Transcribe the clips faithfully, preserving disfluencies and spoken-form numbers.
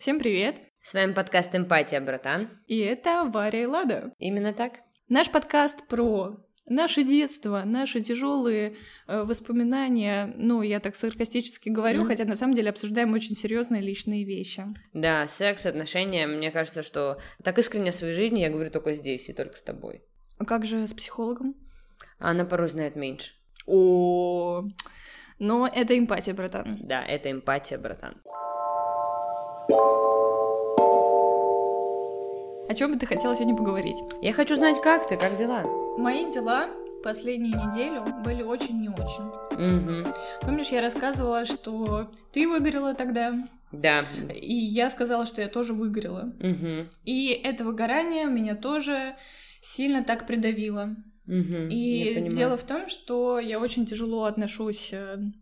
Всем привет! С вами подкаст «Эмпатия, братан». И это Варя и Лада. Именно так. Наш подкаст про наше детство, наши тяжелые э, воспоминания. Ну, я так саркастически говорю, mm-hmm. хотя на самом деле обсуждаем очень серьезные личные вещи. Да, секс, отношения. Мне кажется, что так искренне о своей жизни я говорю только здесь и только с тобой. А как же с психологом? Она порой знает меньше. О, но это эмпатия, братан. Да, это эмпатия, братан. О чем бы ты хотела сегодня поговорить? Я хочу знать, как ты, как дела? Мои дела последнюю неделю были очень не очень. Угу. Помнишь, я рассказывала, что ты выгорела тогда? Да. И я сказала, что я тоже выгорела. Угу. И это выгорание меня тоже сильно так придавило. Угу. И дело в том, что я очень тяжело отношусь...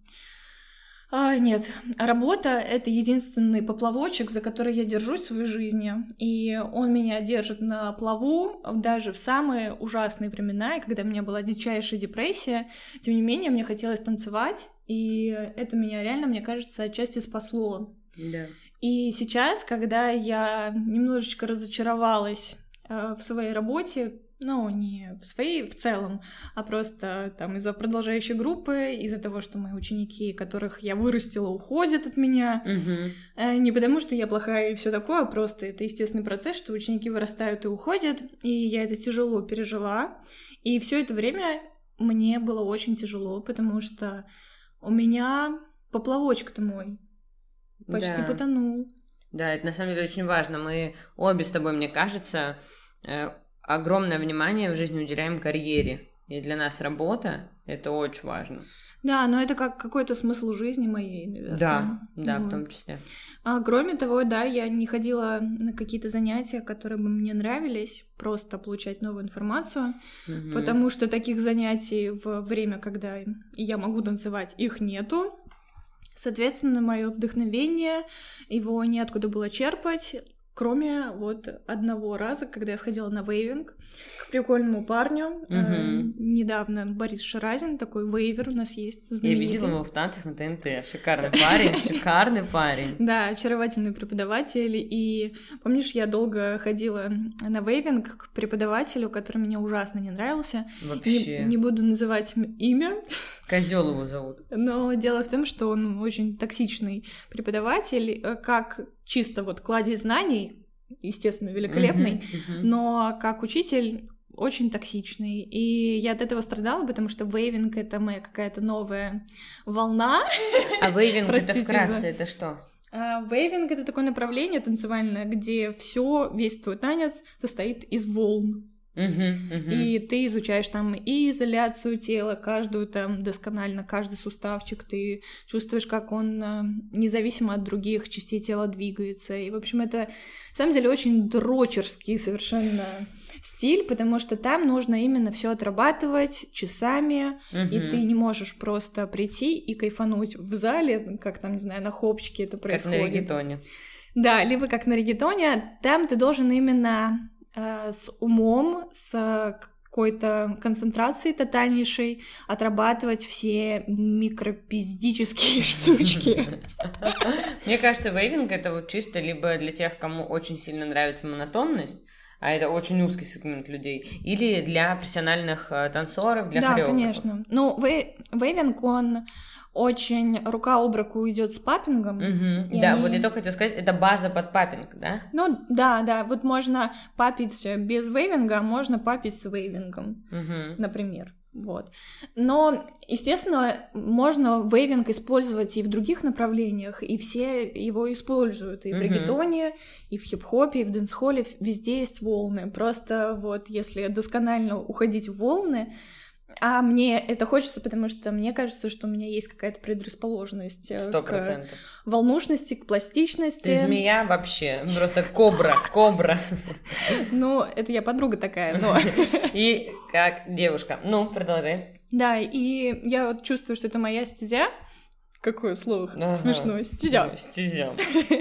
А, нет, работа — это единственный поплавочек, за который я держусь в своей жизни, и он меня держит на плаву даже в самые ужасные времена, и когда у меня была дичайшая депрессия, тем не менее, мне хотелось танцевать, и это меня реально, мне кажется, отчасти спасло. Да. И сейчас, когда я немножечко разочаровалась э, в своей работе, ну, не в своей в целом, а просто там из-за продолжающей группы, из-за того, что мои ученики, которых я вырастила, уходят от меня. Угу. Не потому, что я плохая и все такое, а просто это естественный процесс, что ученики вырастают и уходят, и я это тяжело пережила. И все это время мне было очень тяжело, потому что у меня поплавочек-то мой почти да. потонул. Да, это на самом деле очень важно. Мы обе с тобой, мне кажется, огромное внимание в жизни уделяем карьере. И для нас работа — это очень важно. Да, но это как какой-то смысл жизни моей, наверное. Да, да, вот. В том числе. А кроме того, да, я не ходила на какие-то занятия, которые бы мне нравились, просто получать новую информацию, угу. потому что таких занятий в время, когда я могу танцевать, их нету. Соответственно, мое вдохновение, его неоткуда было черпать. Кроме вот одного раза, когда я сходила на вейвинг к прикольному парню. Uh-huh. Э, недавно Борис Шаразин, такой вейвер у нас есть знаменитый. Я видела его в танцах на ТНТ. Шикарный парень, шикарный парень. Да, очаровательный преподаватель. И помнишь, я долго ходила на вейвинг к преподавателю, который мне ужасно не нравился. Вообще. Не, не буду называть имя. Козёл его зовут. Но дело в том, что он очень токсичный преподаватель, как чисто вот кладезь знаний, естественно, великолепный, uh-huh, uh-huh. но как учитель очень токсичный. И я от этого страдала, потому что вейвинг — это моя какая-то новая волна. А вейвинг — это вкратце, это что? Вейвинг — это такое направление танцевальное, где все, весь твой танец состоит из волн. Uh-huh, uh-huh. И ты изучаешь там и изоляцию тела, каждую там досконально, каждый суставчик, ты чувствуешь, как он независимо от других частей тела двигается. И, в общем, это, на самом деле, очень дрочерский совершенно стиль, потому что там нужно именно все отрабатывать часами, uh-huh. и ты не можешь просто прийти и кайфануть в зале, как там, не знаю, на хопчике это происходит. Как на реггетоне. Да, либо как на реггетоне, там ты должен именно... с умом, с какой-то концентрацией тотальнейшей отрабатывать все микропиздические штучки. Мне кажется, вейвинг — это вот чисто либо для тех, кому очень сильно нравится монотонность, а это очень узкий сегмент людей, или для профессиональных танцоров, для хореографов. Да, конечно. Ну, вей- вейвинг, он... очень рука об руку идет с паппингом. Угу, да, они... вот я только хотела сказать, это база под паппинг, да? Ну, да, да, вот можно папить без вейвинга, а можно папить с вейвингом, угу. например. Вот. Но, естественно, можно вейвинг использовать и в других направлениях, и все его используют. И в uh-huh. реггетоне, и в хип-хопе, и в дэнс-холле, везде есть волны. Просто вот если досконально уходить в волны, а мне это хочется, потому что мне кажется, что у меня есть какая-то предрасположенность сто процентов. К волнушности, к пластичности. Ты змея вообще, просто кобра, кобра. Ну, это я подруга такая, но... И как девушка. Ну, продолжай. Да, и я вот чувствую, что это моя стезя. Какое слово ага. смешное. Стезя. Стезя.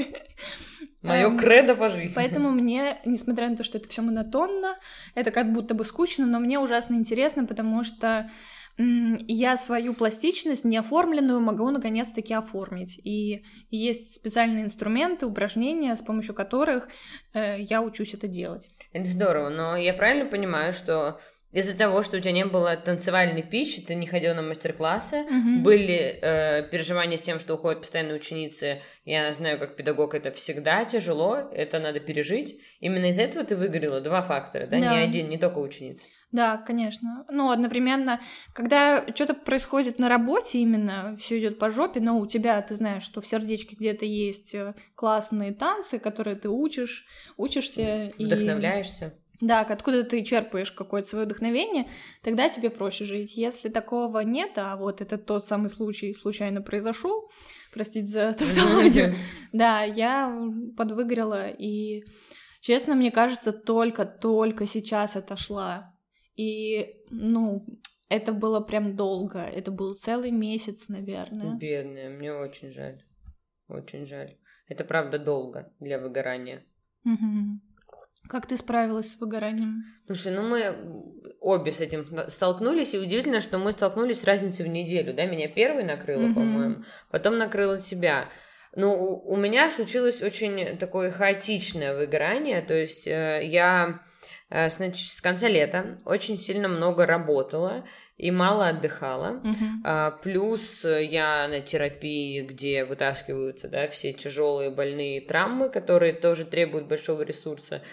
Моё кредо по жизни. Поэтому мне, несмотря на то, что это все монотонно, это как будто бы скучно, но мне ужасно интересно, потому что я свою пластичность неоформленную могу наконец-таки оформить. И есть специальные инструменты, упражнения, с помощью которых э, я учусь это делать. Это здорово, но я правильно понимаю, что из-за того, что у тебя не было танцевальной пищи, ты не ходила на мастер-классы, mm-hmm. были э, переживания с тем, что уходят постоянные ученицы. Я знаю, как педагог, это всегда тяжело, это надо пережить. Именно из-за этого ты выгорела. Два фактора, да? да. Не один, не только ученица. Да, конечно. Ну, одновременно, когда что-то происходит на работе именно, все идет по жопе, но у тебя, ты знаешь, что в сердечке где-то есть классные танцы, которые ты учишь, учишься. Вдохновляешься. И... Да, откуда ты черпаешь какое-то свое вдохновение, тогда тебе проще жить. Если такого нет, а вот это тот самый случай случайно произошел, простите за тавтологию, да, я подвыгорела, и, честно, мне кажется, только-только сейчас отошла. И, ну, это было прям долго, это был целый месяц, наверное. Бедная, мне очень жаль, очень жаль. Это правда долго для выгорания. Угу. Как ты справилась с выгоранием? Слушай, ну мы обе с этим столкнулись, и удивительно, что мы столкнулись с разницей в неделю, да, меня первой накрыло, mm-hmm. по-моему, потом накрыло тебя. Ну, у, у меня случилось очень такое хаотичное выгорание, то есть э, я э, значит, с конца лета очень сильно много работала и мало отдыхала, mm-hmm. а, плюс я на терапии, где вытаскиваются, да, все тяжелые больные травмы, которые тоже требуют большого ресурса,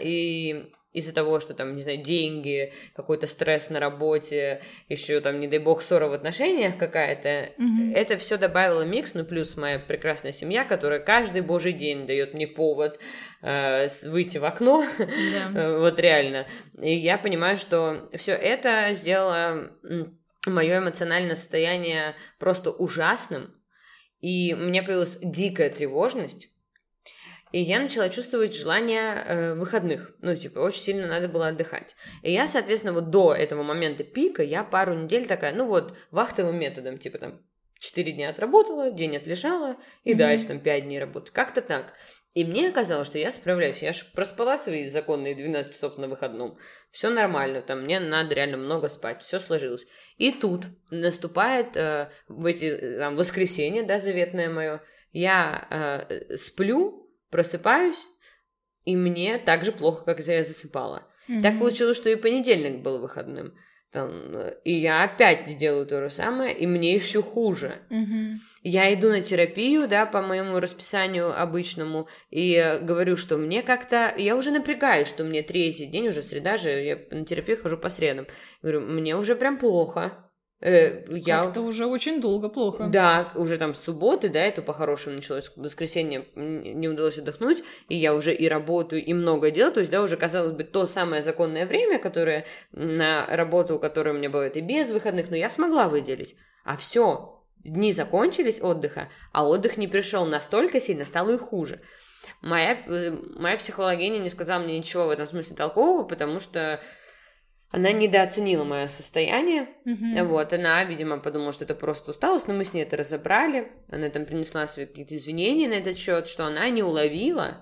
и из-за того, что там, не знаю, деньги, какой-то стресс на работе, еще там, не дай бог, ссора в отношениях какая-то, mm-hmm. это все добавило микс, ну, плюс моя прекрасная семья, которая каждый божий день дает мне повод э, выйти в окно, yeah. вот реально, и я понимаю, что все это сделало мое эмоциональное состояние просто ужасным, и у меня появилась дикая тревожность. И я начала чувствовать желание э, выходных. Ну, типа, очень сильно надо было отдыхать. И я, соответственно, вот до этого момента пика я пару недель такая, ну вот, вахтовым методом, типа там, четыре дня отработала, день отлежала, и mm-hmm. дальше там пять дней работаю. Как-то так. И мне оказалось, что я справляюсь. Я же проспала свои законные двенадцать часов на выходном. Все нормально, там мне надо реально много спать. Все сложилось. И тут наступает э, в эти там, воскресенье, да, заветное мое, я э, сплю, просыпаюсь, и мне так же плохо, как я засыпала. Mm-hmm. Так получилось, что и понедельник был выходным. Там, и я опять делаю то же самое, и мне еще хуже. Mm-hmm. Я иду на терапию, да, по моему расписанию обычному, и говорю, что мне как-то... Я уже напрягаюсь, что мне третий день, уже среда же, я на терапию хожу по средам. Говорю, мне уже прям плохо. Я... Как-то уже очень долго плохо. Да, уже там с субботы, да, это по-хорошему началось, в воскресенье не удалось отдохнуть, и я уже и работаю, и много делаю, то есть, да, уже, казалось бы, то самое законное время, которое на работу, которое у меня бывает и без выходных, но я смогла выделить. А все, дни закончились отдыха, а отдых не пришел настолько сильно, стало и хуже. Моя, моя психологиня не сказала мне ничего в этом смысле толкового, потому что она недооценила мое состояние, mm-hmm. вот, она, видимо, подумала, что это просто усталость, но мы с ней это разобрали, она там принесла свои какие-то извинения на этот счет, что она не уловила,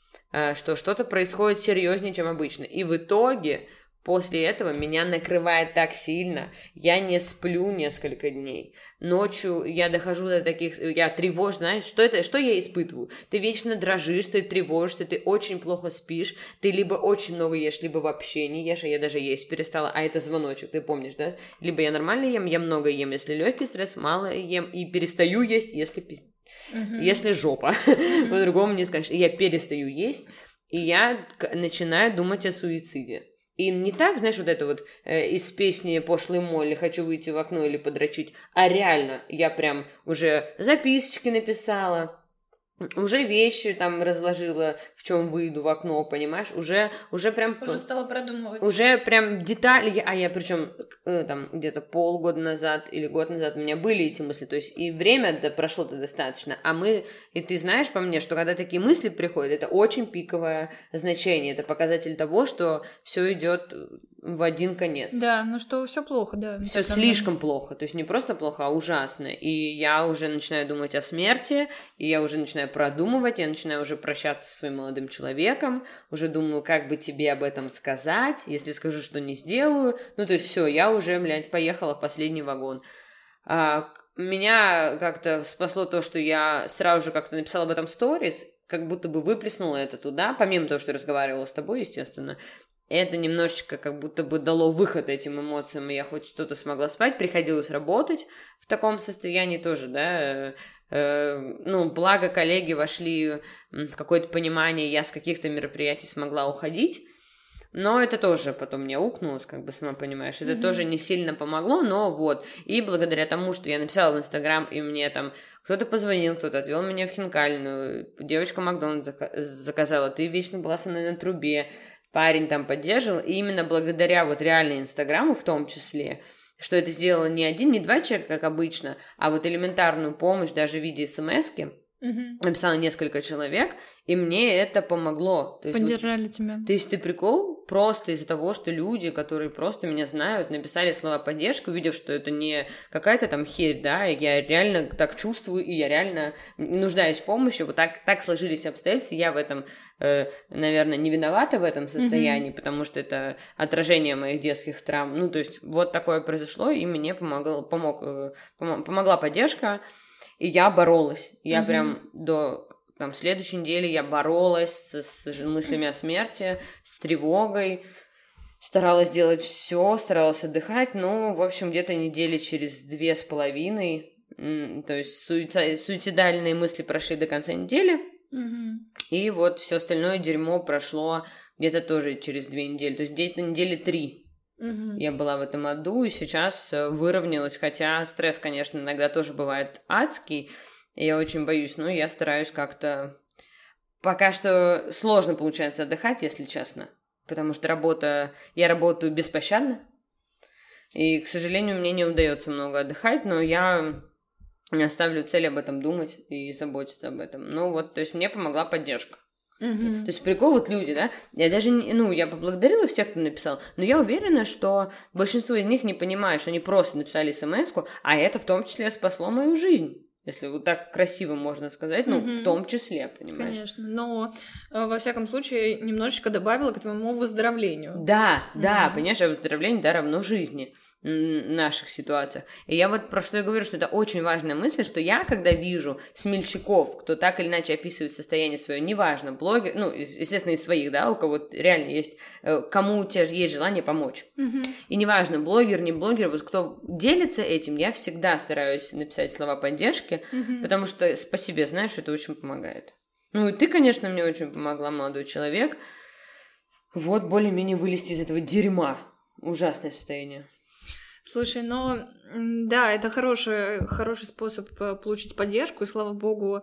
что что-то происходит серьезнее, чем обычно, и в итоге после этого меня накрывает так сильно, я не сплю несколько дней. Ночью я дохожу до таких... Я тревожна, знаешь, что это? Что я испытываю? Ты вечно дрожишь, ты тревожишься, ты очень плохо спишь, ты либо очень много ешь, либо вообще не ешь, а я даже есть перестала, а это звоночек, ты помнишь, да? Либо я нормально ем, я много ем, если легкий стресс, мало ем, и перестаю есть, если пиздец. Uh-huh. Если жопа. Uh-huh. По-другому не скажешь. Я перестаю есть, и я начинаю думать о суициде. И не так, знаешь, вот это вот э, из песни «Пошлый Молли» «Хочу выйти в окно или подрочить», а реально я прям уже записочки написала, уже вещи там разложила, в чем выйду в окно, понимаешь, уже, уже прям... Уже стала продумывать. Уже прям детали, а я причем э, там где-то полгода назад или год назад у меня были эти мысли, то есть и время да, прошло-то достаточно, а мы, и ты знаешь по мне, что когда такие мысли приходят, это очень пиковое значение, это показатель того, что все идет в один конец. Да, ну что все плохо, да. Все слишком плохо, то есть не просто плохо, а ужасно. И я уже начинаю думать о смерти, и я уже начинаю продумывать, я начинаю уже прощаться со своим молодым человеком, уже думаю, как бы тебе об этом сказать, если скажу, что не сделаю. Ну, то есть все, я уже, блядь, поехала в последний вагон. А, меня как-то спасло то, что я сразу же как-то написала об этом сторис, как будто бы выплеснула это туда, помимо того, что я разговаривала с тобой, естественно. Это немножечко как будто бы дало выход этим эмоциям, и я хоть что-то смогла спать, приходилось работать в таком состоянии тоже, да, э, э, ну, благо коллеги вошли в какое-то понимание, я с каких-то мероприятий смогла уходить, но это тоже потом мне укнулось, как бы, сама понимаешь, это mm-hmm. тоже не сильно помогло, но вот, и благодаря тому, что я написала в Инстаграм, и мне там кто-то позвонил, кто-то отвел меня в хинкальную, девочка Макдональдс заказала, ты вечно была со мной на трубе, парень там поддерживал, и именно благодаря вот реально Инстаграму в том числе, что это сделало не один, не два человека, как обычно, а вот элементарную помощь даже в виде смс-ки, mm-hmm. написало несколько человек, и мне это помогло. То есть, поддержали вот, тебя. То есть ты прикол? Просто из-за того, что люди, которые просто меня знают, написали слова поддержки, увидев, что это не какая-то там херь, да, и я реально так чувствую, и я реально нуждаюсь в помощи, вот так, так сложились обстоятельства, я в этом, э, наверное, не виновата в этом состоянии, mm-hmm. потому что это отражение моих детских травм, ну, то есть вот такое произошло, и мне помогла, помог, э, пом- помогла поддержка, и я боролась, я mm-hmm. прям до... Там, следующей неделе я боролась с, с мыслями о смерти, с тревогой, старалась делать все, старалась отдыхать, но, в общем, где-то недели через две с половиной, то есть суици- суицидальные мысли прошли до конца недели, mm-hmm. и вот все остальное дерьмо прошло где-то тоже через две недели, то есть где-то недели три. Mm-hmm. Я была в этом аду, и сейчас выровнялась, хотя стресс, конечно, иногда тоже бывает адский. Я очень боюсь, но я стараюсь как-то... Пока что сложно получается отдыхать, если честно, потому что работа... Я работаю беспощадно, и, к сожалению, мне не удается много отдыхать, но я ставлю цель об этом думать и заботиться об этом. Ну вот, то есть мне помогла поддержка. Mm-hmm. То есть прикол, вот люди, да, я даже, не, ну, я поблагодарила всех, кто написал, но я уверена, что большинство из них не понимает, что они просто написали смс-ку, а это в том числе спасло мою жизнь. Если вот так красиво можно сказать, ну, mm-hmm. в том числе, понимаешь? Конечно, но, во всяком случае, немножечко добавила к твоему выздоровлению. Да, mm-hmm. да, понимаешь, а выздоровление, да, равно жизни в наших ситуациях. И я вот про что я говорю, что это очень важная мысль, что я, когда вижу смельчаков, кто так или иначе описывает состояние свое, неважно, блогер, ну, естественно, из своих, да, у кого реально есть, кому у тебя есть желание помочь. Mm-hmm. И неважно, блогер, не блогер, вот кто делится этим, я всегда стараюсь написать слова поддержки, mm-hmm. потому что по себе знаю, что это очень помогает. Ну, и ты, конечно, мне очень помогла, молодой человек. Вот, более-менее вылезти из этого дерьма. Ужасное состояние. Слушай, ну, да, это хороший, хороший способ получить поддержку, и, слава богу,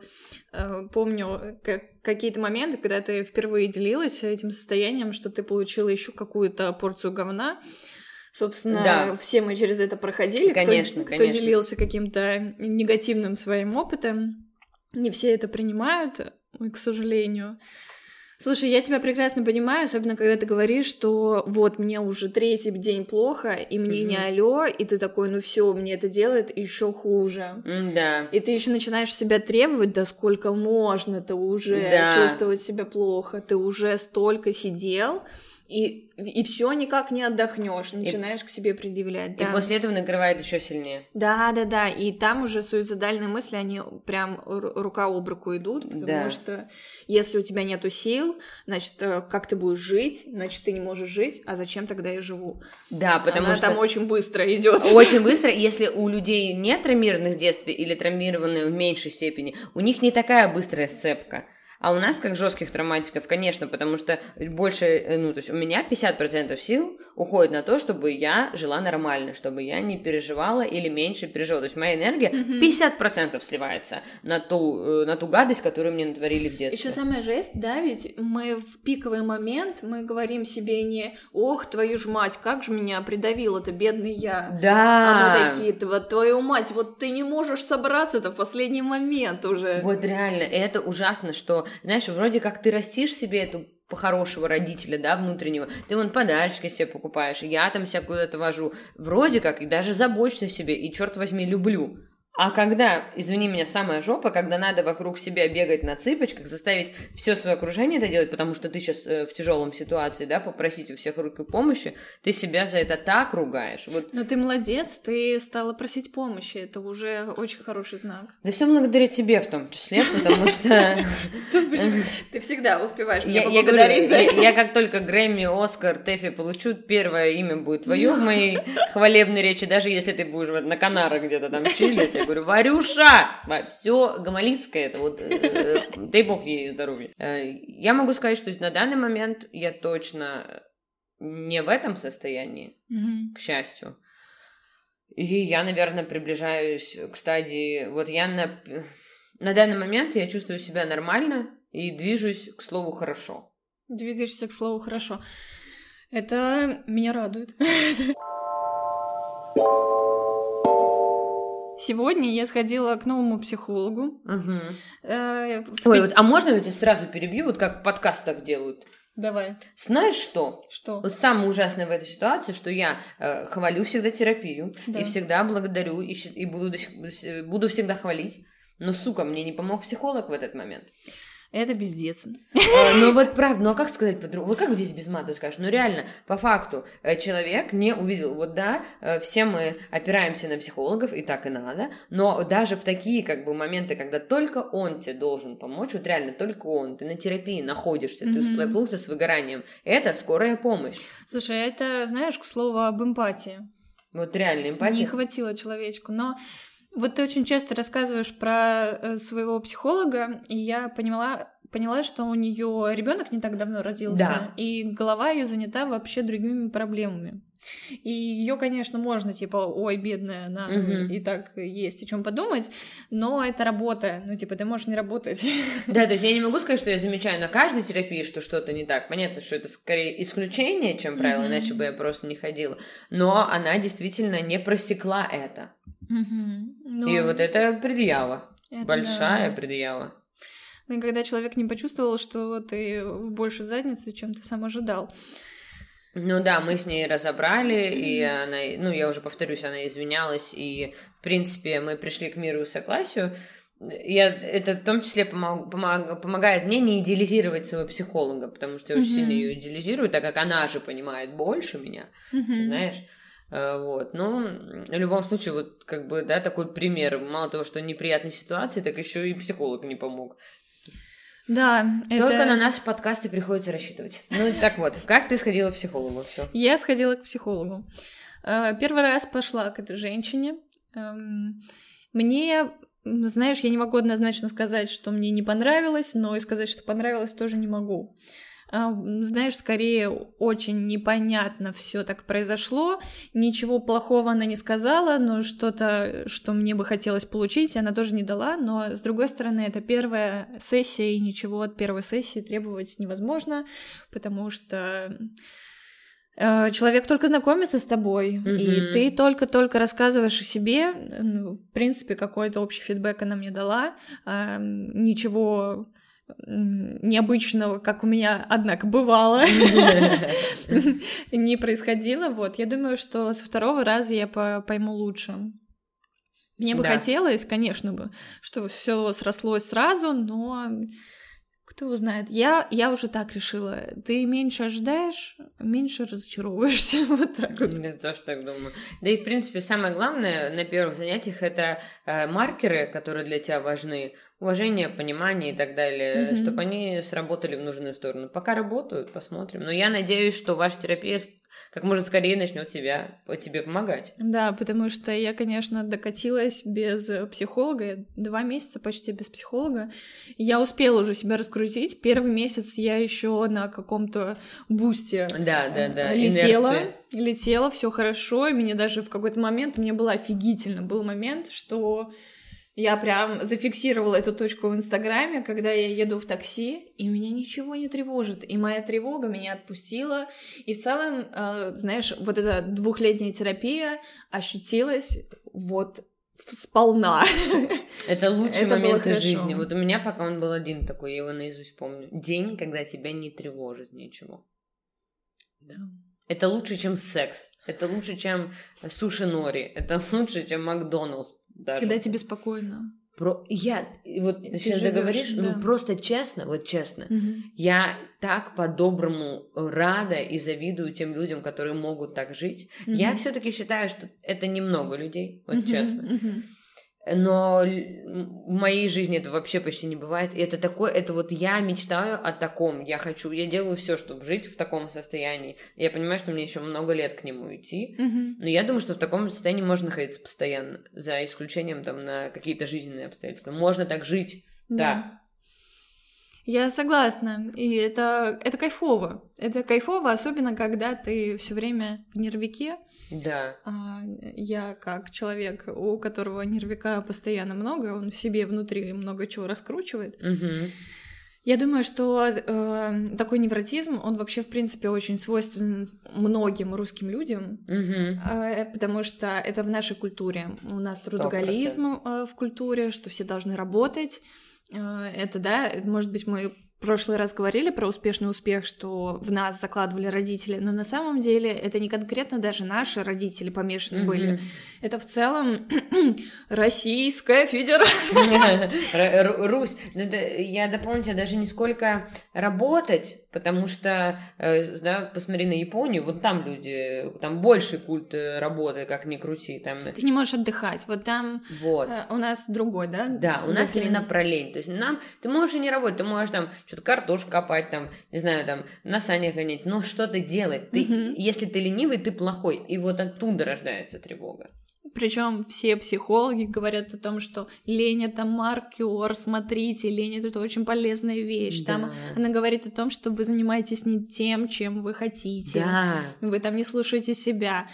помню какие-то моменты, когда ты впервые делилась этим состоянием, что ты получила еще какую-то порцию говна. Собственно, да. Все мы через это проходили. Конечно, кто, конечно. Кто делился каким-то негативным своим опытом. Не все это принимают, к сожалению. Слушай, я тебя прекрасно понимаю, особенно когда ты говоришь, что вот мне уже третий день плохо, и мне mm-hmm. не алё, и ты такой, ну все, мне это делает еще хуже. Mm, да. И ты еще начинаешь себя требовать, да сколько можно-то уже да. чувствовать себя плохо, ты уже столько сидел, и, и все никак не отдохнешь, начинаешь и, к себе предъявлять. И да. после этого накрывает еще сильнее. Да, да, да. И там уже суицидальные мысли, они прям рука об руку идут, потому да. что если у тебя нету сил, значит, как ты будешь жить, значит, ты не можешь жить, а зачем тогда я живу? Да, потому Она что... там очень быстро идет. Очень быстро. Если у людей нет травмированных в детстве или травмированные в меньшей степени, у них не такая быстрая сцепка. А у нас, как жестких травматиков, конечно, потому что больше, ну, то есть у меня пятьдесят процентов сил уходит на то, чтобы я жила нормально, чтобы я не переживала или меньше переживала. То есть моя энергия mm-hmm. пятьдесят процентов сливается на ту, на ту гадость, которую мне натворили в детстве. Еще самая жесть, да, ведь мы в пиковый момент, мы говорим себе не «Ох, твою ж мать, как же меня придавило-то, бедный я». Да. А мы такие, вот твою мать, вот ты не можешь собраться-то в последний момент уже. Вот реально, это ужасно, что знаешь, вроде как ты растишь себе эту хорошего родителя, да, внутреннего, ты вон подарочки себе покупаешь, я там себя куда-то вожу, вроде как, и даже забочусь о себе, и, черт возьми, люблю. А когда, извини меня, самая жопа, когда надо вокруг себя бегать на цыпочках, заставить все свое окружение это делать, потому что ты сейчас э, в тяжелом ситуации, да, попросить у всех руки помощи, ты себя за это так ругаешь. Вот. Но ты молодец, ты стала просить помощи, это уже очень хороший знак. Да все благодаря тебе в том числе, потому что... Ты всегда успеваешь меня поблагодарить за это. Я как только Грэмми, Оскар, Тэфи получу, первое имя будет твое в моей хвалебной речи, даже если ты будешь на Канарах где-то там чилить. Я говорю, Варюша, все гамалицкое, это вот, э, дай бог ей здоровья. Э, я могу сказать, что на данный момент я точно не в этом состоянии, mm-hmm. к счастью. И я, наверное, приближаюсь к стадии, вот я на, на данный момент я чувствую себя нормально и движусь к слову «хорошо». Двигаешься к слову «хорошо». Это меня радует. Сегодня я сходила к новому психологу. Угу. Э, Ой, вот, а можно я тебя сразу перебью, вот как в подкастах делают? Давай. Знаешь что? Что? Вот самое ужасное в этой ситуации, что я э, хвалю всегда терапию, да. и всегда благодарю, и, и буду, буду всегда хвалить, но, сука, мне не помог психолог в этот момент. Это пиздец. Ну вот правда, ну а как сказать по-другому? Вот как здесь без мата скажешь? Ну реально, по факту, человек не увидел, вот да, все мы опираемся на психологов, и так и надо, но даже в такие как бы моменты, когда только он тебе должен помочь, вот реально только он, ты на терапии находишься, mm-hmm. ты столкнулся с выгоранием, это скорая помощь. Слушай, это, знаешь, к слову об эмпатии. Вот реально, эмпатия. Не хватило человечку, но... Вот ты очень часто рассказываешь про своего психолога, и я поняла, поняла, что у нее ребенок не так давно родился, да. и голова ее занята вообще другими проблемами. И ее, конечно, можно, типа, ой, бедная, она, угу. и так есть о чем подумать, но это работа, ну, типа, ты можешь не работать. Да, то есть я не могу сказать, что я замечаю на каждой терапии, что что-то не так. Понятно, что это скорее исключение, чем правило, угу. иначе бы я просто не ходила. Но она действительно не просекла это. Угу. Ну, и вот это предъява, это большая да. предъява. Ну, и когда человек не почувствовал, что ты в большей заднице, чем ты сам ожидал. Ну да, мы с ней разобрали, и она, ну я уже повторюсь, она извинялась, и в принципе мы пришли к миру и согласию. Я, это в том числе помог, помог, помогает мне не идеализировать своего психолога, потому что я очень mm-hmm. сильно ее идеализирую, так как она же понимает больше меня, mm-hmm. знаешь. Вот, ну, в любом случае, вот как бы, да, такой пример. Мало того, что неприятной ситуации, так еще и психолог не помог. Да, только это... на наши подкасты приходится рассчитывать. Ну, так вот, как ты сходила к психологу? Всё. Я сходила к психологу. Первый раз пошла к этой женщине. Мне, знаешь, я не могу однозначно сказать, что мне не понравилось, но и сказать, что понравилось, тоже не могу. Знаешь, скорее очень непонятно все так произошло, ничего плохого она не сказала, но что-то, что мне бы хотелось получить, она тоже не дала, но, с другой стороны, это первая сессия, и ничего от первой сессии требовать невозможно, потому что э, человек только знакомится с тобой, mm-hmm. и ты только-только рассказываешь о себе, ну, в принципе, какой-то общий фидбэк она мне дала, э, ничего... необычного, как у меня, однако, бывало, не происходило. Вот, я думаю, что со второго раза я пойму лучше. Мне бы хотелось, конечно бы, чтобы все срослось сразу, но кто его знает. Я, я уже так решила. Ты меньше ожидаешь, меньше разочаровываешься. Вот так вот. Я тоже так думаю. Да и, в принципе, самое главное на первых занятиях — это э, маркеры, которые для тебя важны. Уважение, понимание и так далее, mm-hmm. чтобы они сработали в нужную сторону. Пока работают, посмотрим. Но я надеюсь, что ваша терапия как можно скорее начнет тебя, тебе помогать. Да, потому что я, конечно, докатилась без психолога, два месяца почти без психолога. Я успела уже себя раскрутить. Первый месяц я еще на каком-то бусте да, да, да. летела. Инерция. Летела, все хорошо. И мне даже в какой-то момент, мне было офигительно. Был момент, что... Я прям зафиксировала эту точку в Инстаграме, когда я еду в такси, и меня ничего не тревожит, и моя тревога меня отпустила, и в целом, э, знаешь, вот эта двухлетняя терапия ощутилась вот сполна. Это лучшие Это было моменты хорошо. жизни. Вот у меня пока он был один такой, я его наизусть помню. День, когда тебя не тревожит ничего. Да. Это лучше, чем секс. Это лучше, чем суши-нори. Это лучше, чем Макдоналдс. Даже. Когда тебе спокойно. Про... Я, вот Ты сейчас живёшь, договоришь, да. ну просто честно, вот честно, Угу. я так по-доброму рада и завидую тем людям, которые могут так жить. Угу. Я все-таки считаю, что это немного людей, вот угу. честно. Угу. Но в моей жизни это вообще почти не бывает. И это такое, это вот я мечтаю о таком. Я хочу, я делаю все, чтобы жить в таком состоянии. Я понимаю, что мне еще много лет к нему идти. Угу. Но я думаю, что в таком состоянии можно находиться постоянно, за исключением там на какие-то жизненные обстоятельства. Можно так жить. Да. Да. Я согласна. И это, это кайфово. Это кайфово, особенно когда ты все время в нервике. Да. А я как человек, у которого нервика постоянно много, он в себе внутри много чего раскручивает. Угу. Я думаю, что э, такой невротизм, он вообще, в принципе, очень свойственен многим русским людям, Угу. э, потому что это в нашей культуре. У нас трудоголизм э, в культуре, что все должны работать. Э, это, да, может быть, мы в прошлый раз говорили про успешный успех, что в нас закладывали родители, но на самом деле это не конкретно даже наши родители помешаны Мгм. были. Это в целом Российская Федерация. Р- Р- Русь, ну, да, я дополню тебя, даже не сколько работать, потому что, э, да, посмотри на Японию, вот там люди, там больше культ э, работы, как ни крути, там, Ты не можешь отдыхать. Вот там вот. э, у нас другой, да? Да, у нас заклин. именно про лень. То есть нам, ты можешь и не работать, ты можешь там что-то картошку копать, там, не знаю, там, на санях гонять, но что-то делать. Ты, Мгм. Если ты ленивый, ты плохой. И вот оттуда рождается тревога. Причем все психологи говорят о том, что лень — это маркер, смотрите, лень — это очень полезная вещь. Да. Там она говорит о том, что вы занимаетесь не тем, чем вы хотите. Да. Вы там не слушаете себя.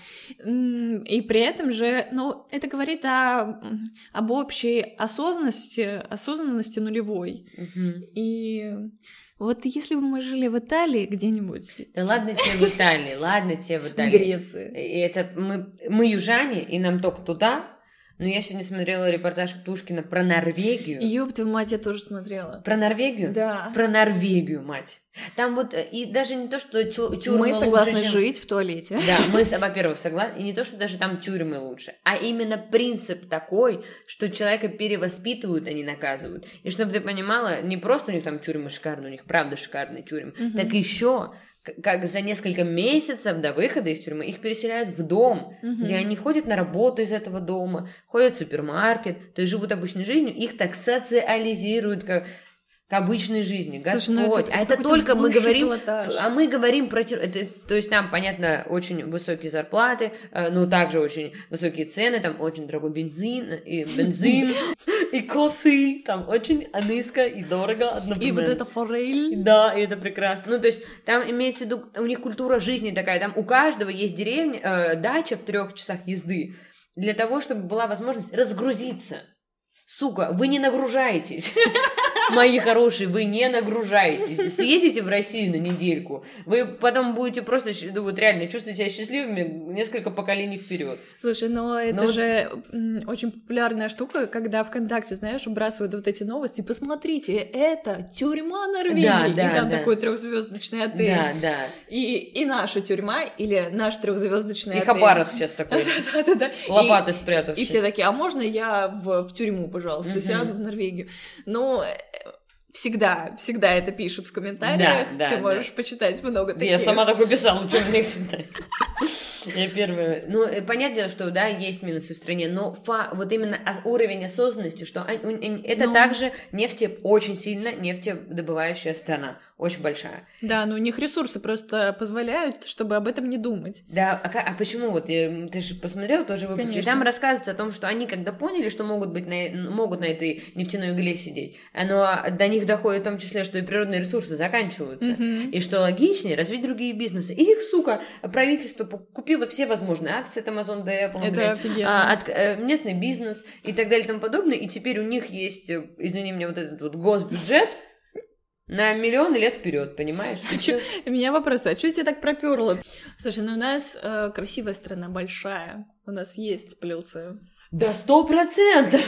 М, И при этом же, ну, это говорит о, об общей осознанности, осознанности нулевой. Мгм. И вот если бы мы жили в Италии где-нибудь, Да ладно тебе в Италии, ладно тебе в в Италии. Греции. И это мы, мы южане, и нам только туда. Но я сегодня смотрела репортаж Птушкина про Норвегию. Ёб твою мать, я тоже смотрела. Про Норвегию? Да. Про Норвегию, мать. Там вот, э, и даже не то, что тю- тюрьмы Мы согласны лучше, чем... жить в туалете. Да, мы, с- во-первых, согласны. И не то, что даже там тюрьмы лучше, а именно принцип такой, что человека перевоспитывают, а не наказывают. И чтобы ты понимала, не просто у них там тюрьмы шикарные, у них правда шикарные тюрьмы, Мгм. так еще как за несколько месяцев до выхода из тюрьмы их переселяют в дом, Мгм. где они ходят на работу из этого дома, ходят в супермаркет, то есть живут обычной жизнью, их так социализируют как к обычной жизни. Господь. Слушай, ну это- а это это какой-то только мы высший говорим, пилотаж. а мы говорим про тюр- это, то есть там, понятно, очень высокие зарплаты, э, но также очень высокие цены, там очень дорогой бензин, и бензин, и кофе, там очень низко и дорого И одновременно. вот это форель. Да, и это прекрасно. Ну, то есть, там имеется в виду, у них культура жизни такая, там у каждого есть деревня, э, дача в трех часах езды, для того, чтобы была возможность разгрузиться. Сука, вы не нагружаетесь. Мои хорошие, вы не нагружаетесь. Съездите в Россию на недельку, вы потом будете просто, щ- ну, вот реально чувствовать себя счастливыми несколько поколений вперед. Слушай, но это Ну, же м, очень популярная штука, когда ВКонтакте, знаешь, выбрасывают вот эти новости. Посмотрите, это тюрьма Норвегии. Да, и да, там да. такой трехзвездочный отель. Да, да. И, и наша тюрьма, или наш трехзвездочный И отель. Хабаров сейчас такой, Да-да-да. лопаты И- спрятавшись. И все такие, а можно я в, в тюрьму, пожалуйста, Мгм. сяду в Норвегию? Ну, э, всегда, всегда это пишут в комментариях. Да, да, Ты да. можешь почитать много таких. Я сама такой писала, что мне читать. Я первая. Ну, э, понятное дело, что, да, есть минусы в стране, но фа- вот именно о- уровень осознанности, что они- у- это Ну. также нефте очень сильно нефтедобывающая страна, очень большая. Да, но у них ресурсы просто позволяют, чтобы об этом не думать. Да, а, ка- а почему вот я- ты же посмотрел тоже выпуск, и Конечно. там рассказывается о том, что они когда поняли, что могут быть на, могут на этой нефтяной игле сидеть, оно до них доходит в том числе, что и природные ресурсы заканчиваются, Мгм. и что логичнее развить другие бизнесы. И их, сука, правительство пу- купило все возможные акции от Amazon до Apple, Это блядь, офигенно. а, от, э, местный бизнес и так далее и тому подобное, и теперь у них есть, э, извини меня, вот этот вот госбюджет на миллионы лет вперед, понимаешь? И Чё- всё. У меня вопрос, а что тебя так проперло? Слушай, ну у нас э, красивая страна, большая, у нас есть плюсы. Да сто процентов!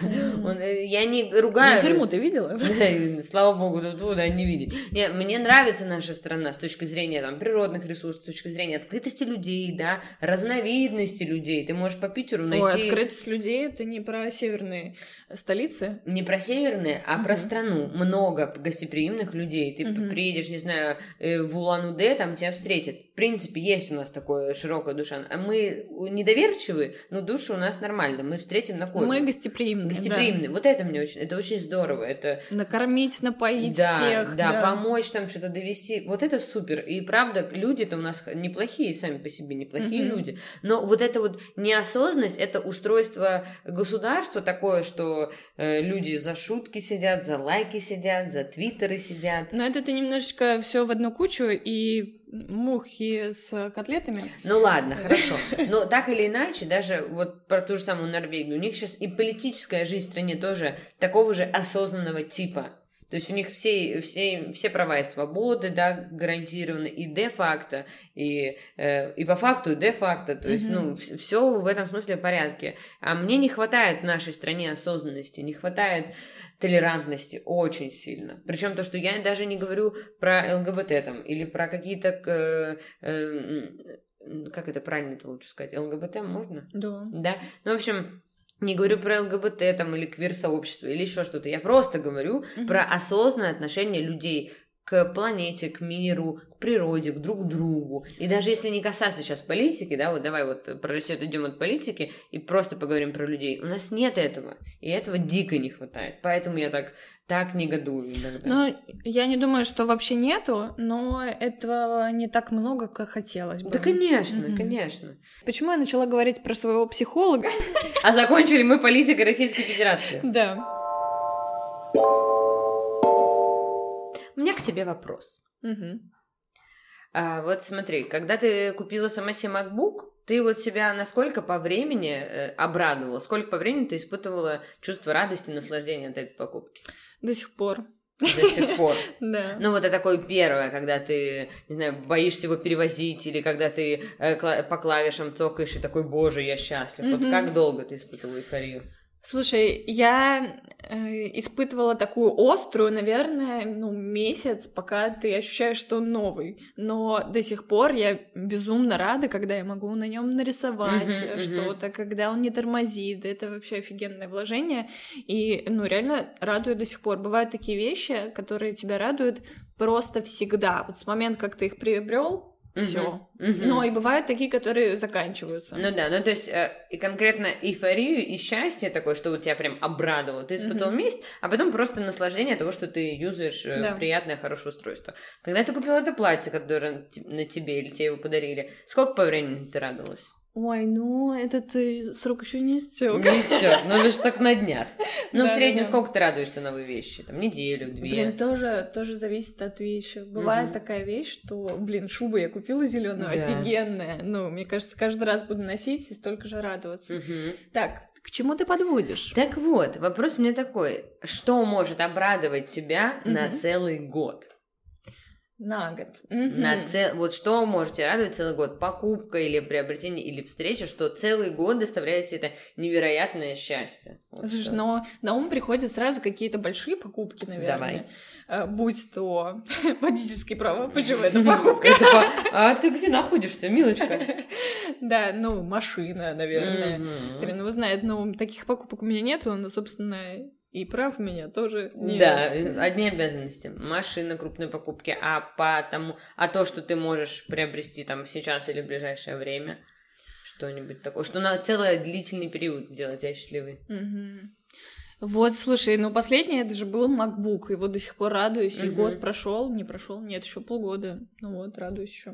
Я не ругаю. На тюрьму ты видела? Слава богу, туда не видеть. Нет, мне нравится наша страна с точки зрения там, природных ресурсов, с точки зрения открытости людей, да, разновидности людей. Ты можешь по Питеру найти... Ой, открытость людей — это не про северные столицы. Не про северные, а uh-huh. про страну. Много гостеприимных людей. Ты uh-huh. приедешь, не знаю, в Улан-Удэ, там тебя встретят. В принципе, есть у нас такое широкая душа. А мы недоверчивы, но душа у нас нормальная. Мы встретим на кой. Мы гостеприимные. Гостеприимные. Да. Вот это мне очень, это очень здорово. Это... Накормить, напоить да, всех. Да, да, помочь там что-то довести. Вот это супер. И правда, люди-то у нас неплохие сами по себе, неплохие mm-hmm. люди. Но вот эта вот неосознанность, это устройство государства такое, что э, люди за шутки сидят, за лайки сидят, за твиттеры сидят. Но это ты немножечко все в одну кучу и мухи с котлетами. Ну ладно, хорошо. Но так или иначе, даже вот про ту же самую Норвегию, у них сейчас и политическая жизнь в стране тоже такого же осознанного типа. То есть у них все, все, все права и свободы, да, гарантированы и де-факто, и, э, и по факту, и де-факто. То есть, mm-hmm. ну, все в этом смысле в порядке. А мне не хватает в нашей стране осознанности, не хватает толерантности очень сильно. Причем то, что я даже не говорю про ЛГБТ там, или про какие-то... Э, э, как это правильно-то лучше сказать? ЛГБТ можно? Да. Да? Ну, в общем... Не говорю про ЛГБТ там, или квир-сообщество, или еще что-то. Я просто говорю mm-hmm. про осознанное отношение людей к планете, к миру, к природе, к друг другу. И даже если не касаться сейчас политики, да, вот давай вот прорастет, идем от политики и просто поговорим про людей. У нас нет этого, и этого дико не хватает. Поэтому я так, так негодую иногда. Ну, я не думаю, что вообще нету, но этого не так много, как хотелось бы. Да, конечно, mm-hmm. конечно. Почему я начала говорить про своего психолога? А закончили мы политикой Российской Федерации. Да. У меня к тебе вопрос. Угу. А, вот смотри, когда ты купила сама себе MacBook, ты вот себя насколько по времени э, обрадовала? Сколько по времени ты испытывала чувство радости, наслаждения от этой покупки? До сих пор. До сих пор? Да. Ну, вот это такое первое, когда ты, не знаю, боишься его перевозить, или когда ты э, кла- по клавишам цокаешь и такой, боже, я счастлив. Вот как долго ты испытывала эйфорию? Слушай, я э, испытывала такую острую, наверное, ну, месяц, пока ты ощущаешь, что он новый. Но до сих пор я безумно рада, когда я могу на нем нарисовать uh-huh, что-то, uh-huh. когда он не тормозит. Это вообще офигенное вложение. И, ну, реально радует до сих пор. Бывают такие вещи, которые тебя радуют просто всегда. Вот с момента, как ты их приобрел, все. Uh-huh, uh-huh. Но и бывают такие, которые заканчиваются. Ну да, ну то есть э, и конкретно эйфорию и счастье такое, что вот тебя прям обрадовало. Ты испытал uh-huh. месть, а потом просто наслаждение того, что ты юзаешь э, да. приятное, хорошее устройство. Когда ты купила это платье, которое на тебе или тебе его подарили, сколько по времени ты радовалась? Ой, ну, этот срок еще не истек. Не истек, ну это же так на днях. Ну, да, в среднем да. сколько ты радуешься новые вещи? Там неделю, две? Блин, тоже, тоже зависит от вещи. Бывает угу. такая вещь, что, блин, шубу я купила зеленую, да. офигенная. Ну, мне кажется, каждый раз буду носить и столько же радоваться. Угу. Так, к чему ты подводишь? Так вот, вопрос у меня такой. Что может обрадовать тебя угу. на целый год? На год. На цел... Вот что можете радовать целый год? Покупка или приобретение, или встреча, что целый год доставляет тебе это невероятное счастье. Вот Слушай, что. но на ум приходят сразу какие-то большие покупки, наверное. Давай. Будь то водительские права, почему это покупка? А ты где находишься, милочка? Да, ну, машина, наверное. Хрен его знает, но таких покупок у меня нету, но, собственно... И прав у меня тоже нет. Да, одни обязанности. Машина, крупные покупки, а по тому, а то, что ты можешь приобрести там сейчас или в ближайшее время, что-нибудь такое, что на целый длительный период сделать тебя счастливой. Угу. Вот, слушай, ну последнее это же был MacBook, его до сих пор радуюсь, угу. и год прошел, не прошел, нет, еще полгода. Ну вот, радуюсь еще.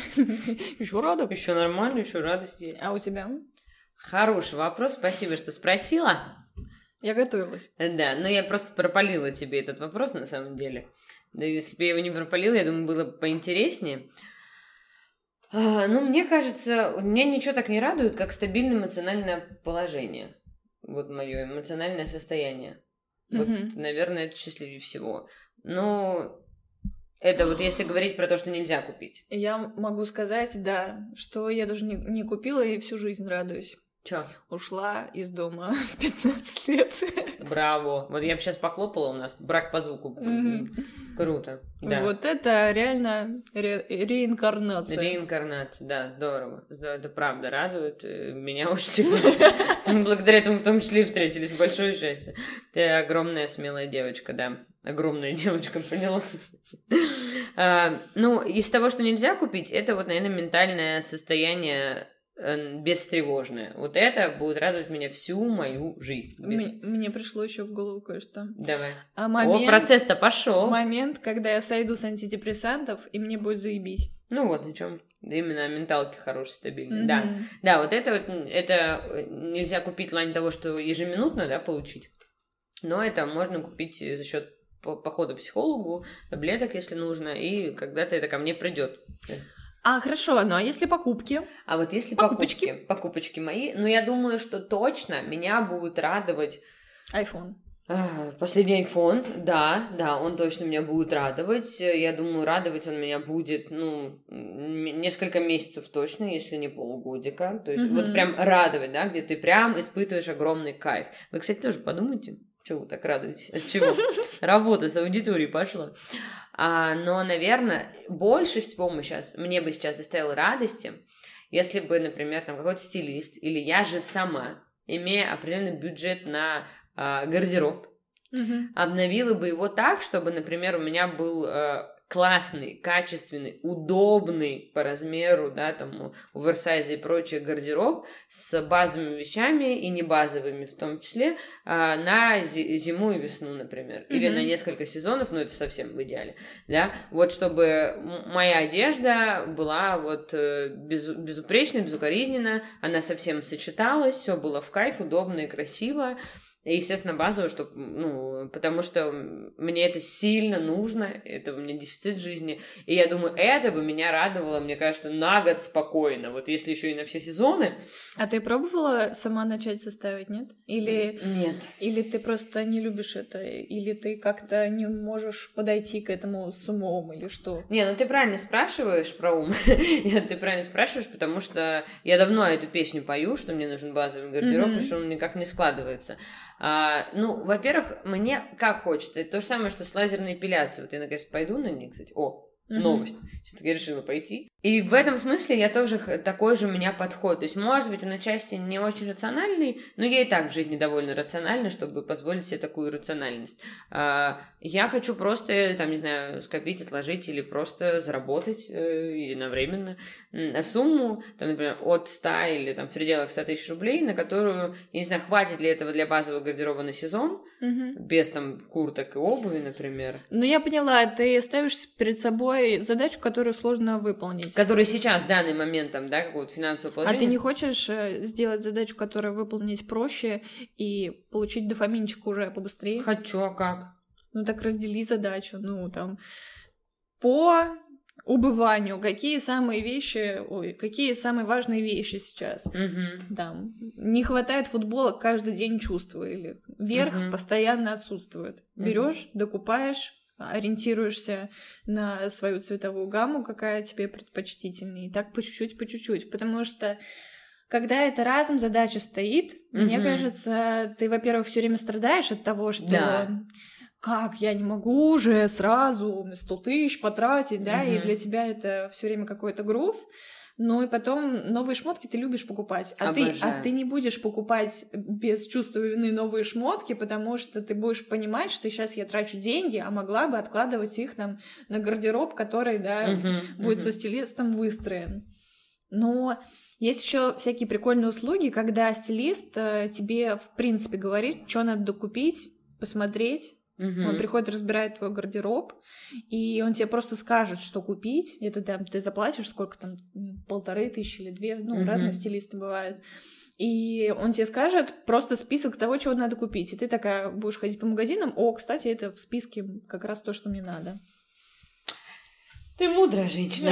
Еще рада. Еще нормально, еще радость есть. А у тебя? Хороший вопрос, спасибо, что спросила. Я готовилась. Да, но я просто пропалила тебе этот вопрос, на самом деле. Да если бы я его не пропалила, я думаю, было бы поинтереснее. А, ну, мне кажется, меня ничего так не радует, как стабильное эмоциональное положение. Вот мое эмоциональное состояние. Вот, mm-hmm. наверное, это счастливее всего. Но это вот если говорить про то, что нельзя купить. Я могу сказать, да, что я даже не, не купила и всю жизнь радуюсь. Чё? Ушла из дома в пятнадцать лет. Браво. Вот я бы сейчас похлопала, у нас брак по звуку. Mm-hmm. Круто. Да. Вот это реально ре- реинкарнация. Реинкарнация, да, здорово. Это правда радует меня очень сильно. Благодаря этому в том числе и встретились. Большое счастье. Ты огромная смелая девочка, да. Огромная девочка, поняла? Ну, из того, что нельзя купить, это вот, наверное, ментальное состояние бестревожное. Вот это будет радовать меня всю мою жизнь. Без... Мне, мне пришло еще в голову кое-что. Давай. А момент, О, процесс-то пошел. Момент, когда я сойду с антидепрессантов, и мне будет заебись. Ну вот, о чем. Именно менталки хорошие, стабильные. Mm-hmm. Да. Да, вот это вот, это нельзя купить в плане того, что ежеминутно, да, получить. Но это можно купить за счет похода к психологу, таблеток, если нужно, и когда-то это ко мне придет. А, хорошо, ну а если покупки? А вот если покупочки, покупки, покупочки мои, ну я думаю, что точно меня будет радовать... iPhone. Последний iPhone, да, да, он точно меня будет радовать. Я думаю, радовать он меня будет, ну, несколько месяцев точно, если не полугодика. То есть mm-hmm. вот прям радовать, да, где ты прям испытываешь огромный кайф. Вы, кстати, тоже подумайте, чего вы так радуетесь? От чего? Работа с аудиторией пошла. А, но, наверное, больше всего мы сейчас, мне бы сейчас доставило радости, если бы, например, там какой-то стилист или я же сама, имея определенный бюджет на а, гардероб, mm-hmm. обновила бы его так, чтобы, например, у меня был а, классный, качественный, удобный по размеру, да, там, оверсайз и прочее гардероб с базовыми вещами и не базовыми в том числе а, на зиму и весну, например, mm-hmm. или на несколько сезонов, ну, это совсем в идеале, да, вот чтобы моя одежда была вот без, безупречна, безукоризненна, она совсем сочеталась, все было в кайф, удобно и красиво. И, естественно, базовую, чтобы, ну, потому что мне это сильно нужно, это у меня дефицит жизни, и я думаю, это бы меня радовало, мне кажется, на год спокойно, вот если еще и на все сезоны. А ты пробовала сама начать составить, нет? Или... Нет. Или ты просто не любишь это, или ты как-то не можешь подойти к этому с умом, или что? Не, ну ты правильно спрашиваешь про ум, ты правильно спрашиваешь, потому что я давно эту песню пою, что мне нужен базовый гардероб, потому что он никак не складывается. А, ну, во-первых, мне как хочется. Это то же самое, что с лазерной эпиляцией. Вот я, наконец, пойду на ней, кстати. О, mm-hmm. новость. Все-таки я решила пойти. И в этом смысле я тоже такой же у меня подход. То есть, может быть, он отчасти не очень рациональный, но я и так в жизни довольно рациональна, чтобы позволить себе такую рациональность. А, я хочу просто, там, не знаю, скопить, отложить или просто заработать э, единовременно э, сумму, там, например, от ста или там в пределах ста тысяч рублей, на которую, я не знаю, хватит ли этого для базового гардероба на сезон, угу. без там курток и обуви, например. Ну, я поняла, ты ставишь перед собой задачу, которую сложно выполнить. Которую сейчас, в данный момент, там, да, какого-то финансового положения. А ты не хочешь сделать задачу, которую выполнить проще, и получить дофаминчик уже побыстрее? Хочу, а как? Ну, так раздели задачу, ну, там, по убыванию, какие самые вещи, ой, какие самые важные вещи сейчас. Угу. Там, не хватает футболок, каждый день чувствую, или верх угу. постоянно отсутствует. Берешь, угу. докупаешь, ориентируешься на свою цветовую гамму, какая тебе предпочтительнее, и так по чуть-чуть, по чуть-чуть, потому что когда это разом задача стоит, mm-hmm. мне кажется, ты, во-первых, все время страдаешь от того, что да. как я не могу уже сразу сто тысяч потратить, да, mm-hmm. и для тебя это все время какой-то груз. Ну и потом новые шмотки ты любишь покупать, а ты, а ты не будешь покупать без чувства вины новые шмотки, потому что ты будешь понимать, что сейчас я трачу деньги, а могла бы откладывать их там на гардероб, который, да, uh-huh, будет uh-huh. со стилистом выстроен. Но есть еще всякие прикольные услуги, когда стилист тебе, в принципе, говорит, что надо докупить, посмотреть. Uh-huh. Он приходит, разбирает твой гардероб, и он тебе просто скажет, что купить. Это там ты заплатишь сколько там, полторы тысячи или две, ну, uh-huh. разные стилисты бывают. И он тебе скажет просто список того, чего надо купить. И ты такая будешь ходить по магазинам, о, кстати, это в списке как раз то, что мне надо. Ты мудрая женщина.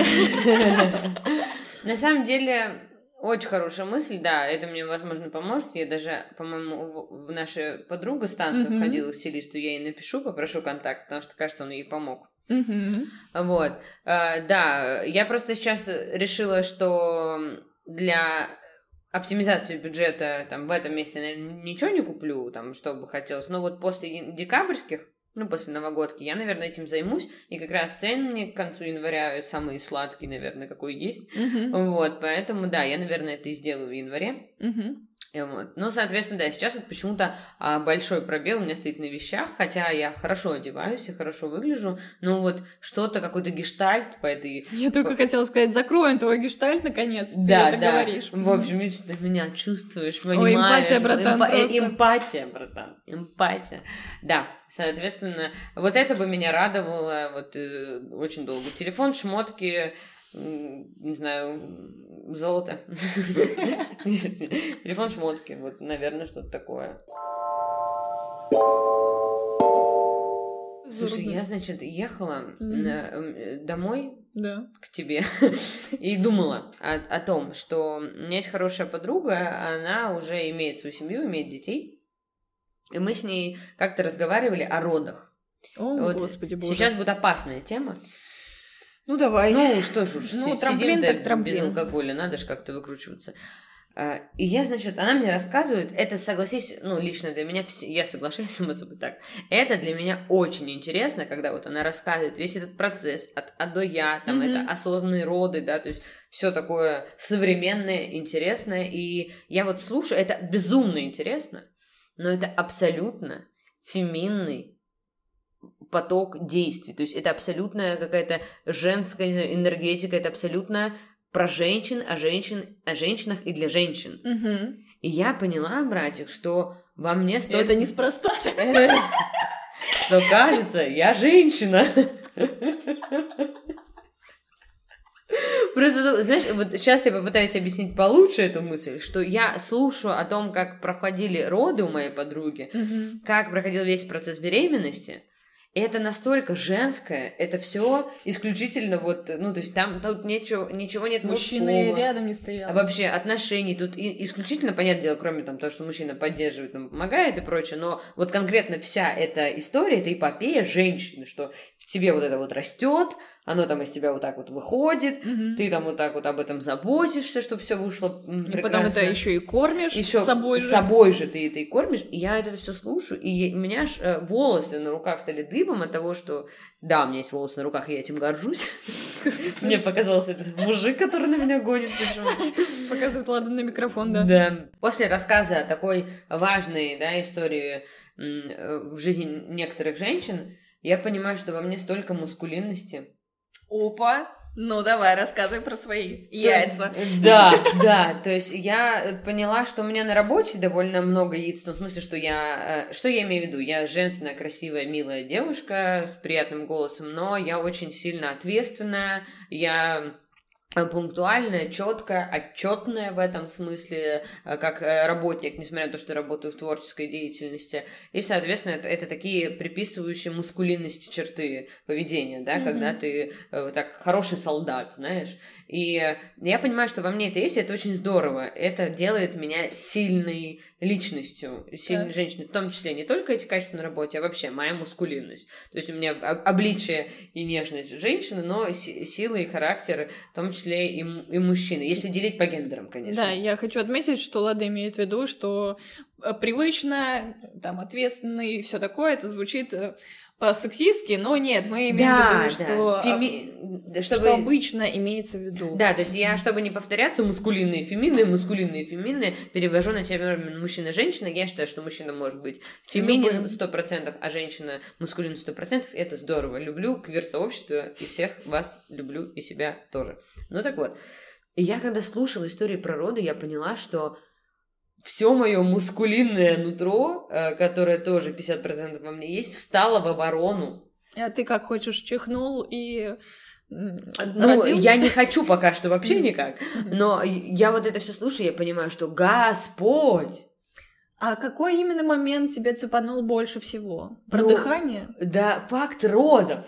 На самом деле... Очень хорошая мысль, да, это мне, возможно, поможет. Я даже, по-моему, наша подруга с танцев uh-huh. ходила к стилисту, я ей напишу, попрошу контакт, потому что, кажется, он ей помог. Uh-huh. Вот, а, да, я просто сейчас решила, что для оптимизацию бюджета там в этом месяце, наверное, ничего не куплю, там, что бы хотелось. Но вот после декабрьских, ну, после новогодки, я, наверное, этим займусь. И как раз ценник к концу января самый сладкий, наверное, какой есть. Uh-huh. Вот, поэтому, да, я, наверное, это и сделаю в январе. Uh-huh. Вот. Ну, соответственно, да, сейчас вот почему-то а, большой пробел у меня стоит на вещах, хотя я хорошо одеваюсь и хорошо выгляжу, но вот что-то, какой-то гештальт по этой... Я только по... хотела сказать, закроем твой гештальт, наконец, да, ты это да. говоришь. В общем, видишь, ты меня чувствуешь, понимаешь. Ой, эмпатия, братан, Эмпа... просто. Эмпатия, братан, эмпатия. Да, соответственно, вот это бы меня радовало вот э, очень долго. Телефон, шмотки... не знаю, золото. Телефон, шмотки. Вот, наверное, что-то такое. Слушай, я, значит, ехала mm-hmm. домой да. к тебе и думала о, о том, что у меня есть хорошая подруга, она уже имеет свою семью, имеет детей, и мы с ней как-то разговаривали о родах. О, вот Господи Боже. Сейчас будет опасная тема. Ну, давай. Ну, что ж уж, ну, трамплин так трамплин. Без алкоголя, надо же как-то выкручиваться. И я, значит, она мне рассказывает, это, согласись, ну, лично для меня, я соглашаюсь, само собой так, это для меня очень интересно, когда вот она рассказывает весь этот процесс от А до Я, там, mm-hmm. это осознанные роды, да, то есть все такое современное, интересное, и я вот слушаю, это безумно интересно, но это абсолютно феминный поток действий, то есть это абсолютная какая-то женская, не знаю, энергетика, это абсолютно про женщин, о женщин, о женщинах и для женщин. Угу. И я поняла, братик, что во мне стоит... Это неспроста. Что кажется, я женщина. Просто, знаешь, вот сейчас я попытаюсь объяснить получше эту мысль, что я слушаю о том, как проходили роды у моей подруги, угу. как проходил весь процесс беременности. Это настолько женское, это все исключительно вот, ну, то есть там тут ничего, ничего нет мужчины мужского. Рядом не стоял. Вообще отношений тут и, исключительно, понятное дело, кроме там того, что мужчина поддерживает, ему помогает и прочее, но вот конкретно вся эта история, это эпопея женщины, что в тебе вот это вот растет, оно там из тебя вот так вот выходит, угу. ты там вот так вот об этом заботишься, чтобы все вышло прекрасно. И потом это еще и кормишь еще собой же. собой же ты это и кормишь. И я это все слушаю, и у меня аж э, волосы на руках стали дыбом от того, что да, у меня есть волосы на руках, и я этим горжусь. Мне показался этот мужик, который на меня гонит. Показывает ладно на микрофон, да. Да. После рассказа такой важной, да, истории в жизни некоторых женщин, я понимаю, что во мне столько мускулинности. Опа! Ну, давай, рассказывай про свои яйца. Да, да, то есть я поняла, что у меня на работе довольно много яиц, ну, в смысле, что я... Что я имею в виду? Я женственная, красивая, милая девушка с приятным голосом, но я очень сильно ответственная, я... пунктуальная, четкая, отчетная в этом смысле, как работник, несмотря на то, что работаю в творческой деятельности. И, соответственно, это, это такие приписывающие мускулинности черты поведения, да, mm-hmm. когда ты так хороший солдат, знаешь. И я понимаю, что во мне это есть, и это очень здорово. Это делает меня сильной личностью, сильной yeah. женщиной, в том числе не только эти качества на работе, а вообще моя мускулинность. То есть у меня обличие и нежность женщины, но сила и характер, в том числе и, и мужчины, если делить по гендерам, конечно. Да, я хочу отметить, что Лада имеет в виду, что привычно, там, ответственно и все такое, это звучит по-сексистски, но нет, мы имеем да, в виду, да. что, Феми... чтобы... что обычно имеется в виду. Да, то есть я, чтобы не повторяться, мускулинные, феминные, мускулинные, феминные, перевожу на термин мужчина-женщина. Я считаю, что мужчина может быть феминин сто процентов, а женщина мускулин сто процентов. Это здорово. Люблю квир-сообщество, и всех вас люблю, и себя тоже. Ну так вот. И я, когда слушала истории про роды, я поняла, что все мое мускулинное нутро, которое тоже пятьдесят процентов во мне есть, встало в оборону. А ты как хочешь, чихнул и... Ну, родил? Я не хочу пока что вообще никак, но я вот это все слушаю, я понимаю, что Господь! А какой именно момент тебе цепанул больше всего? Про ну, дыхание? Да, факт родов.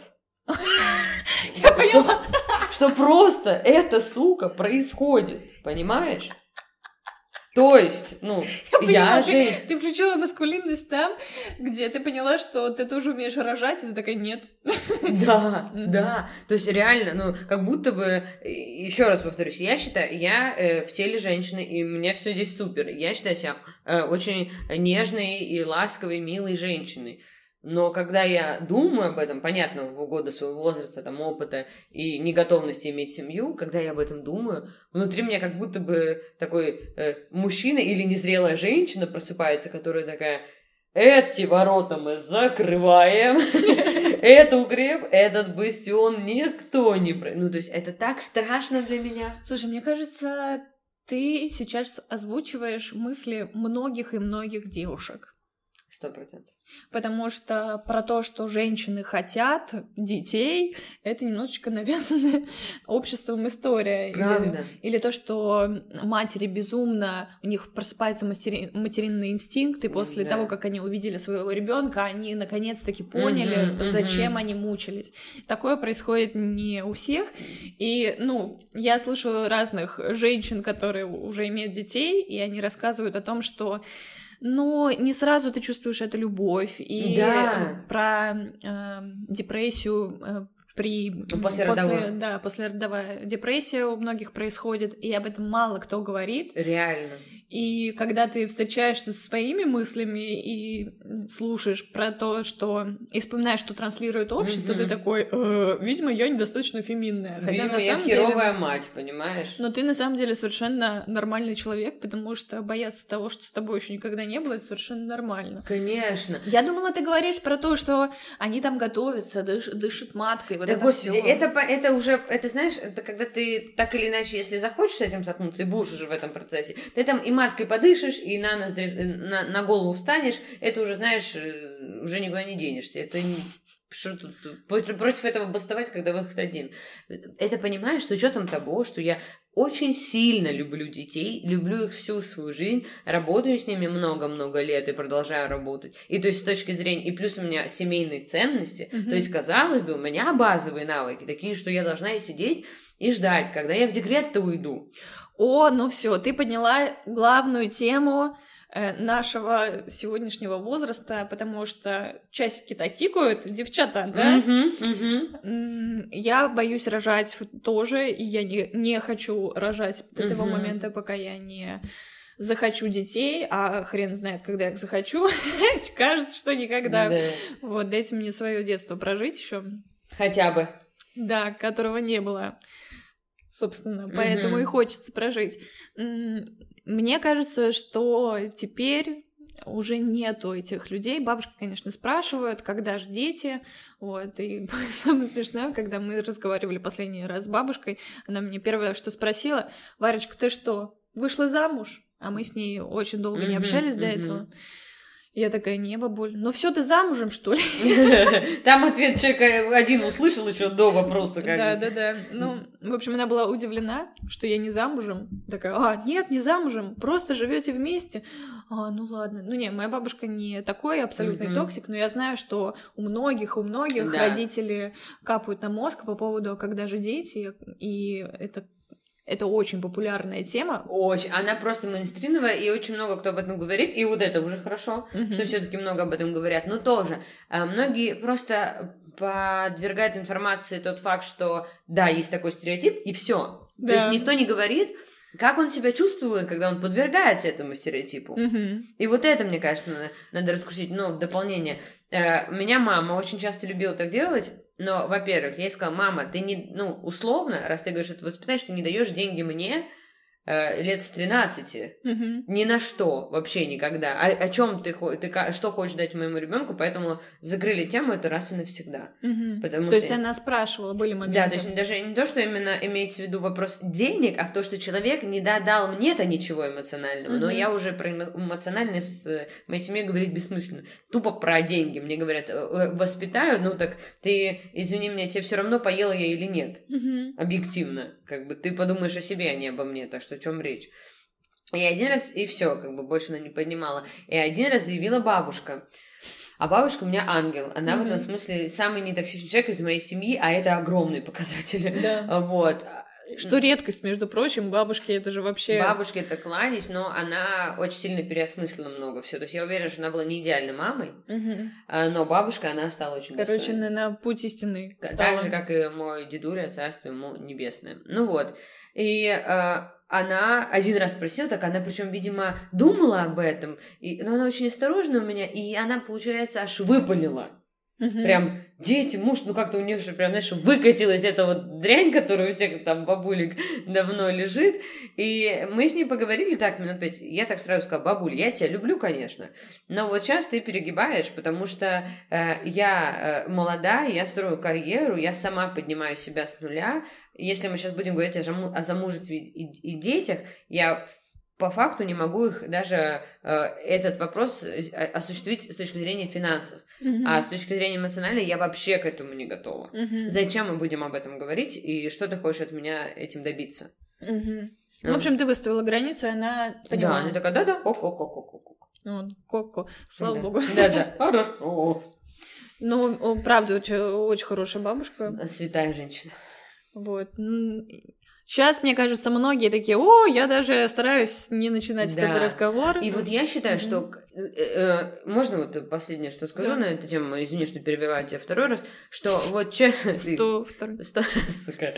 Я поняла. Что просто эта сука происходит, понимаешь? То есть, ну, я, я же... Ты, ты включила маскулинность там, где ты поняла, что ты тоже умеешь рожать, и ты такая, нет. Да, да. То есть реально, ну, как будто бы, еще раз повторюсь, я считаю, я э, в теле женщины, и у меня все здесь супер. Я считаю себя э, очень нежной и ласковой, милой женщиной. Но когда я думаю об этом, понятно, в угоду своего возраста, там, опыта и неготовности иметь семью, когда я об этом думаю, внутри меня как будто бы такой э, мужчина или незрелая женщина просыпается, которая такая: эти ворота мы закрываем, это укреп, этот бастион никто не... Ну, то есть это так страшно для меня. Слушай, мне кажется, ты сейчас озвучиваешь мысли многих и многих девушек. Сто процентов. Потому что про то, что женщины хотят детей, это немножечко навязанная обществом история. Правда. Или, или то, что матери безумно, у них просыпается матери, материнный инстинкт, и после да. того, как они увидели своего ребенка, они наконец-таки поняли, uh-huh, зачем uh-huh. они мучились. Такое происходит не у всех. И, ну, я слышу разных женщин, которые уже имеют детей, и они рассказывают о том, что но не сразу ты чувствуешь эту любовь. И да. про э, депрессию э, при... Послеродовая. После, да, послеродовая депрессия у многих происходит, и об этом мало кто говорит. Реально. И когда ты встречаешься со своими мыслями и слушаешь про то, что... и вспоминаешь, что транслирует общество, mm-hmm. ты такой, э, видимо, я недостаточно феминная. Хотя видимо, на я самом херовая деле... мать, понимаешь? Но ты на самом деле совершенно нормальный человек, потому что бояться того, что с тобой еще никогда не было, это совершенно нормально. Конечно. Я думала, ты говоришь про то, что они там готовятся, дыш, дышат маткой, вот да, это господи, всё. это, это уже, это знаешь, это когда ты так или иначе, если захочешь с этим столкнуться и будешь уже в этом процессе, ты там и маткой подышишь, и на, ноздри, на, на голову встанешь, это уже, знаешь, уже никуда не денешься. Это не... Что тут против этого бастовать, когда выход один? Это, понимаешь, с учетом того, что я очень сильно люблю детей, люблю их всю свою жизнь, работаю с ними много-много лет и продолжаю работать. И то есть с точки зрения, и плюс у меня семейные ценности, mm-hmm. то есть, казалось бы, у меня базовые навыки, такие, что я должна и сидеть и ждать, когда я в декрет-то уйду. О, ну все, ты подняла главную тему э, нашего сегодняшнего возраста, потому что часики-то тикают, девчата, да? Uh-huh, uh-huh. Я боюсь рожать тоже, и я не, не хочу рожать до uh-huh. того момента, пока я не захочу детей, а хрен знает, когда я их захочу. Кажется, что никогда. Да. Вот, дайте мне свое детство прожить еще. Хотя бы. Да, которого не было. Собственно, поэтому mm-hmm. и хочется прожить. Мне кажется, что теперь уже нету этих людей. Бабушки, конечно, спрашивают, когда же дети. Вот. И самое смешное, когда мы разговаривали последний раз с бабушкой, она мне первое, что спросила: Варечка, ты что, вышла замуж? А мы с ней очень долго mm-hmm. не общались mm-hmm. до этого. Я такая: не, бабуль, ну все, ты замужем, что ли? Там ответ человек один услышал еще до вопроса. Да, да, да. Ну, в общем, она была удивлена, что я не замужем. Такая: а, нет, не замужем, просто живете вместе. А, ну ладно. Ну не, моя бабушка не такой абсолютный токсик, но я знаю, что у многих, у многих родители капают на мозг по поводу, когда же дети, и это... Это очень популярная тема. Очень. Она просто мейнстримовая, и очень много кто об этом говорит. И вот это уже хорошо, mm-hmm. что все-таки много об этом говорят. Но тоже а, многие просто подвергают информации тот факт, что да, есть такой стереотип, и все. Да. То есть никто не говорит, как он себя чувствует, когда он подвергается этому стереотипу. Mm-hmm. И вот это, мне кажется, надо, надо раскрутить. Но в дополнение. Э, меня мама очень часто любила так делать. Но, во-первых, я ей сказала: мама, ты не, ну, условно, раз ты говоришь, что ты воспитаешь, ты не даешь деньги мне э, лет с тринадцати. Mm-hmm. Ни на что вообще никогда. О, о чем ты, ты что хочешь дать моему ребенку, поэтому закрыли тему это раз и навсегда. Mm-hmm. Потому то что... есть она спрашивала, были моменты. Да, то есть даже не то, что именно имеется в виду вопрос денег, а в то, что человек не додал мне-то ничего эмоционального, mm-hmm. но я уже про эмоциональность с моей семьей говорить бессмысленно. Тупо про деньги. Мне говорят: воспитаю, ну так ты, извини меня, тебе все равно, поела я или нет. Mm-hmm. Объективно. Как бы ты подумаешь о себе, а не обо мне, так что о чем речь. И один раз, и все, как бы больше она не поднимала. И один раз заявила бабушка. А бабушка у меня ангел. Она mm-hmm. в этом смысле самый нетоксичный человек из моей семьи, а это огромный показатель. Да. Вот. Что редкость, между прочим, бабушки это же вообще... Бабушке это кладезь, но она очень сильно переосмыслила много всего. То есть я уверена, что она была не идеальной мамой, угу. но бабушка, она стала очень Короче, достойной. на, на путь истины стала. Так же, как и мой дедуля, царство ему небесное. Ну вот. И э, она один раз спросила, так она причем, видимо, думала об этом, и, но она очень осторожна у меня, и она, получается, аж выпалила. Uh-huh. Прям дети, муж, ну как-то у нее же прям, знаешь, выкатилась эта вот дрянь, которая у всех там бабулек давно лежит. И мы с ней поговорили так минут пять. Я так сразу сказала: бабуль, я тебя люблю, конечно, но вот сейчас ты перегибаешь, потому что э, я э, молода, я строю карьеру, я сама поднимаю себя с нуля. Если мы сейчас будем говорить о, жаму- о замужестве и, и детях, я по факту не могу их даже э, этот вопрос осуществить с точки зрения финансов. Uh-huh. А с точки зрения эмоциональной я вообще к этому не готова. Uh-huh. Зачем мы будем об этом говорить? И что ты хочешь от меня этим добиться? Uh-huh. Mm. Ну, в общем, ты выставила границу, и она поняла. Да, она такая: да-да, ок-ок-ок-ок-ок. Ну, ок-ок, слава да. богу. Да-да, хорошо. Ну, правда, очень, очень хорошая бабушка. Святая женщина. Вот. Сейчас, мне кажется, многие такие: о, я даже стараюсь не начинать да. этот разговор. И вот я считаю, mm-hmm. что... Э, э, можно вот последнее, что скажу да. на эту тему? Извини, что перебиваю тебя второй раз. Что вот честно... Сто второй. Сто... Сука.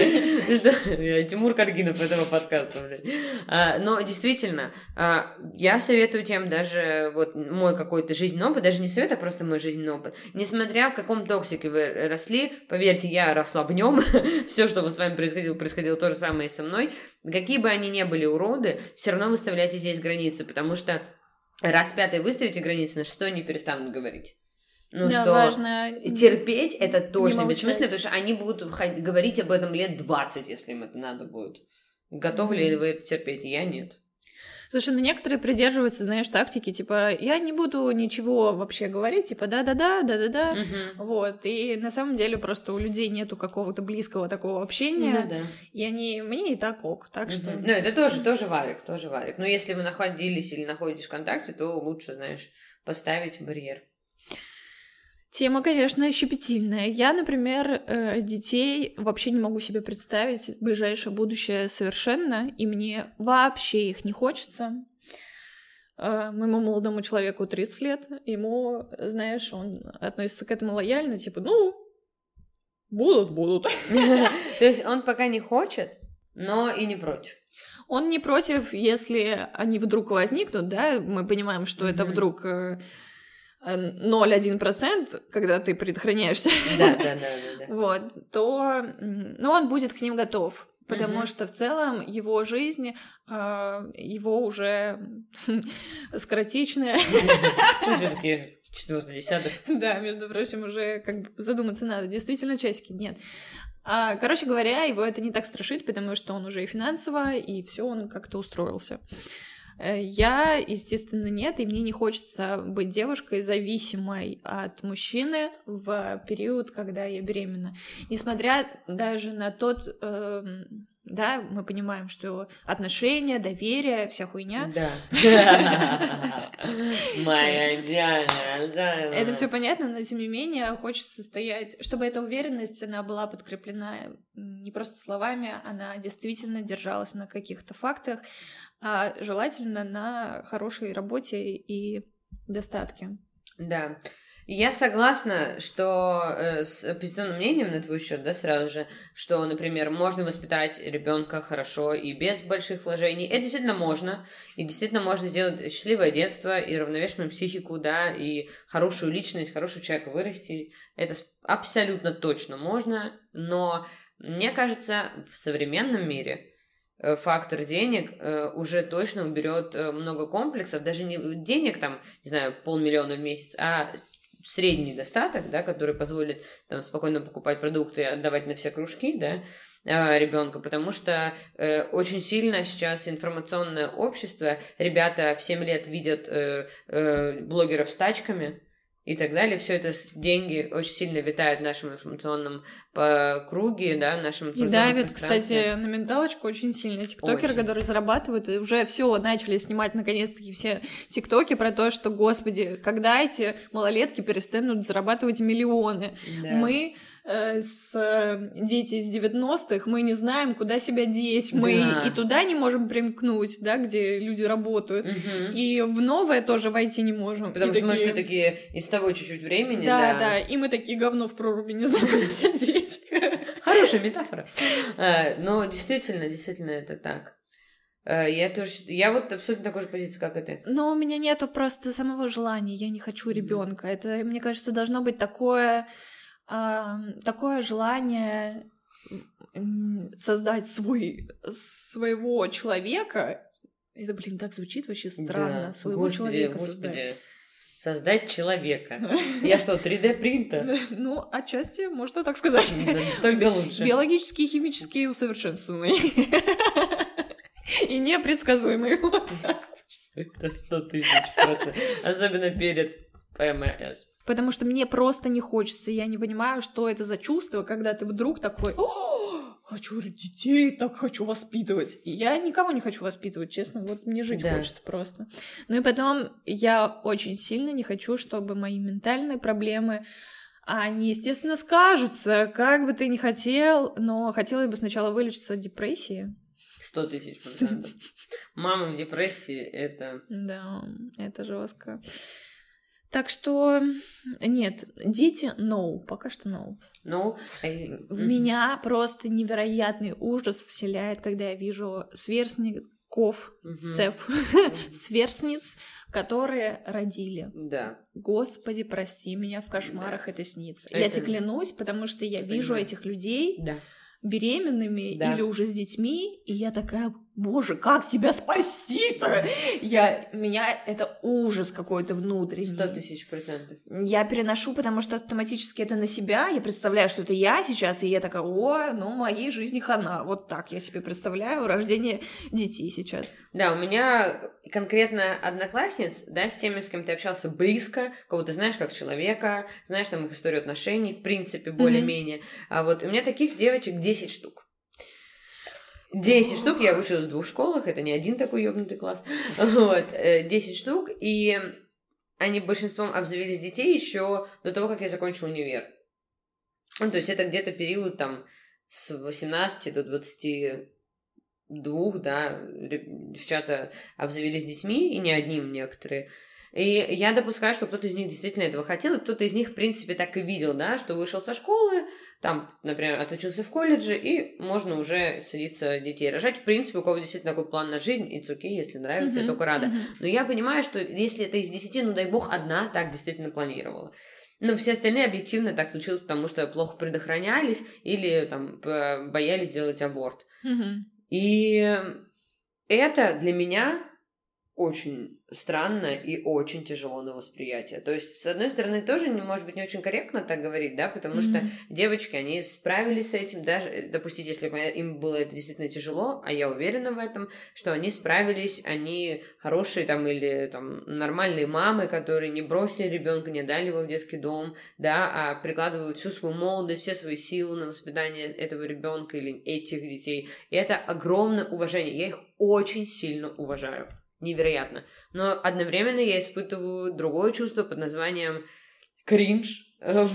Тимур Каргинов этого подкаста, блядь. А, но действительно, а, я советую тем даже вот мой какой-то жизненный опыт, даже не совет, а просто мой жизненный опыт. Несмотря в каком токсике вы росли, поверьте, я росла в нем. Все, что с вами происходило, происходило то же самое и со мной. Какие бы они ни были уроды, все равно выставляйте здесь границы, потому что раз пятый выставите границы, на шестой они перестанут говорить. Ну да, что, важно терпеть это точно бессмысленно, потому что они будут говорить об этом лет двадцать, если им это надо будет. Готовы mm-hmm. ли вы это терпеть? Я нет. Слушай, ну некоторые придерживаются, знаешь, тактики, типа, я не буду ничего вообще говорить, типа, да-да-да, да-да-да, угу. вот, и на самом деле просто у людей нету какого-то близкого такого общения, ну, да. и они, мне и так ок, так угу. что... Ну, это тоже, тоже варик, тоже варик, но если вы находились или находитесь в контакте, то лучше, знаешь, поставить барьер. Тема, конечно, щепетильная. Я, например, детей вообще не могу себе представить в ближайшее будущее совершенно, и мне вообще их не хочется. Моему молодому человеку тридцать лет, ему, знаешь, он относится к этому лояльно, типа, ну, будут, будут. То есть он пока не хочет, но и не против. Он не против, если они вдруг возникнут, да, мы понимаем, что это вдруг... ноль целых одна десятая процента, когда ты предохраняешься, да, да, да, да, да. вот, то ну, он будет к ним готов, потому uh-huh. что в целом его жизнь, его уже скоротечная. Все-таки четвертый десяток. Да, между прочим, уже как бы задуматься надо. Действительно, часики нет. Короче говоря, его это не так страшит, потому что он уже и финансово, и все, он как-то устроился. Я, естественно, нет, и мне не хочется быть девушкой, зависимой от мужчины в период, когда я беременна. Несмотря даже на тот... Э, да, мы понимаем, что отношения, доверие, вся хуйня. Да. Моя Диана. Это все понятно, но тем не менее хочется стоять, чтобы эта уверенность, она была подкреплена не просто словами, она действительно держалась на каких-то фактах, а желательно на хорошей работе и достатке. Да. Я согласна, что э, с определенным мнением на твой счет, да, сразу же, что, например, можно воспитать ребенка хорошо и без больших вложений. Это действительно можно, и действительно можно сделать счастливое детство и равновешенную психику, да, и хорошую личность, хорошего человека вырасти. Это абсолютно точно можно, но мне кажется, в современном мире фактор денег э, уже точно уберет э, много комплексов, даже не денег там, не знаю, полмиллиона в месяц, а средний достаток, да, который позволит там спокойно покупать продукты и отдавать на все кружки, да, э, ребенка, потому что э, очень сильно сейчас информационное общество, ребята в семь лет видят э, э, блогеров с тачками и так далее, все это деньги очень сильно витают в нашем информационном круге, да, в нашем информационном И давит, кстати, на менталочку очень сильно. Тиктокеры, очень. Которые зарабатывают, и уже все начали снимать, наконец-таки, все тиктоки про то, что, господи, когда эти малолетки перестанут зарабатывать миллионы? Да. Мы э, с э, дети из девяностых, мы не знаем, куда себя деть, мы Да. и туда не можем примкнуть, да, где люди работают, Мгм. и в новое тоже войти не можем. Потому И что мы такие- все-таки из того чуть-чуть времени, Да, да. да, и мы такие говно в проруби, не знаем, куда себя деть. Хорошая метафора. Э, Но действительно, действительно это так. Э, Я тоже, я вот абсолютно такой же позиции, как и ты. Но у меня нету просто самого желания, я не хочу ребенка. Это, мне кажется, должно быть такое, а, такое желание м, создать свой, своего человека. Это, блин, так звучит вообще странно. Да. Своего Господи, человека господи. создать. Создать человека. Я что, три дэ принтер? Ну, отчасти можно так сказать. Да, только лучше. Биологические и химические усовершенствованные. И непредсказуемые. Вот так. Это сто тысяч процентов. Особенно перед ПМС. Потому что мне просто не хочется. Я не понимаю, что это за чувство, когда ты вдруг такой: «О, хочу детей, так хочу воспитывать». И я никого не хочу воспитывать, честно. Вот мне жить Да. хочется просто. Ну и потом я очень сильно не хочу, чтобы мои ментальные проблемы, они, естественно, скажутся, как бы ты ни хотел, но хотелось бы сначала вылечиться от депрессии. Сто тысяч процентов. Мама в депрессии — это... Да, это жестко. Так что нет, дети no, пока что no. Ну, э, В мгм. меня просто невероятный ужас вселяет, когда я вижу сверстников, Мгм. сцев, сверстниц, которые родили. Да. Господи, прости меня, в кошмарах Да. это снится. Это- Я тебе клянусь, потому что я Я вижу понимаю. этих людей Да. беременными Да. или уже с детьми, и я такая: боже, как тебя спасти-то? Я, меня это ужас какой-то внутренний. Сто тысяч процентов. Я переношу, потому что автоматически это на себя. Я представляю, что это я сейчас, и я такая: о, ну, моей жизни хана. Вот так я себе представляю рождение детей сейчас. Да, у меня конкретно одноклассниц, да, с теми, с кем ты общался близко, кого ты знаешь как человека, знаешь там их историю отношений, в принципе, более-менее. А вот у меня таких девочек десять штук. десять штук, я училась в двух школах, это не один такой ёбнутый класс. Вот, э, десять штук, и они большинством обзавелись детей еще до того, как я закончила универ. Ну, то есть это где-то период там с восемнадцати до двадцати двух, да, ре- девчата обзавелись детьми, и не одним некоторые. И я допускаю, что кто-то из них действительно этого хотел, и кто-то из них, в принципе, так и видел, да, что вышел со школы, там, например, отучился в колледже, и можно уже садиться детей рожать. В принципе, у кого действительно такой план на жизнь, it's okay, если нравится, я Мгм, только рада. мгм. Но я понимаю, что если это из десяти, ну, дай бог, одна так действительно планировала. Но все остальные объективно так случилось, потому что плохо предохранялись или там п- боялись делать аборт. Мгм. И это для меня очень странно и очень тяжело на восприятие. То есть, с одной стороны, тоже, не, может быть, не очень корректно так говорить, да, потому что Мгм. девочки, они справились с этим, даже, допустить, если бы им было это действительно тяжело, а я уверена в этом, что они справились, они хорошие там или там нормальные мамы, которые не бросили ребенка, не дали его в детский дом, да, а прикладывают всю свою молодость, все свои силы на воспитание этого ребенка или этих детей. И это огромное уважение. Я их очень сильно уважаю. Невероятно. Но одновременно я испытываю другое чувство под названием кринж, эм,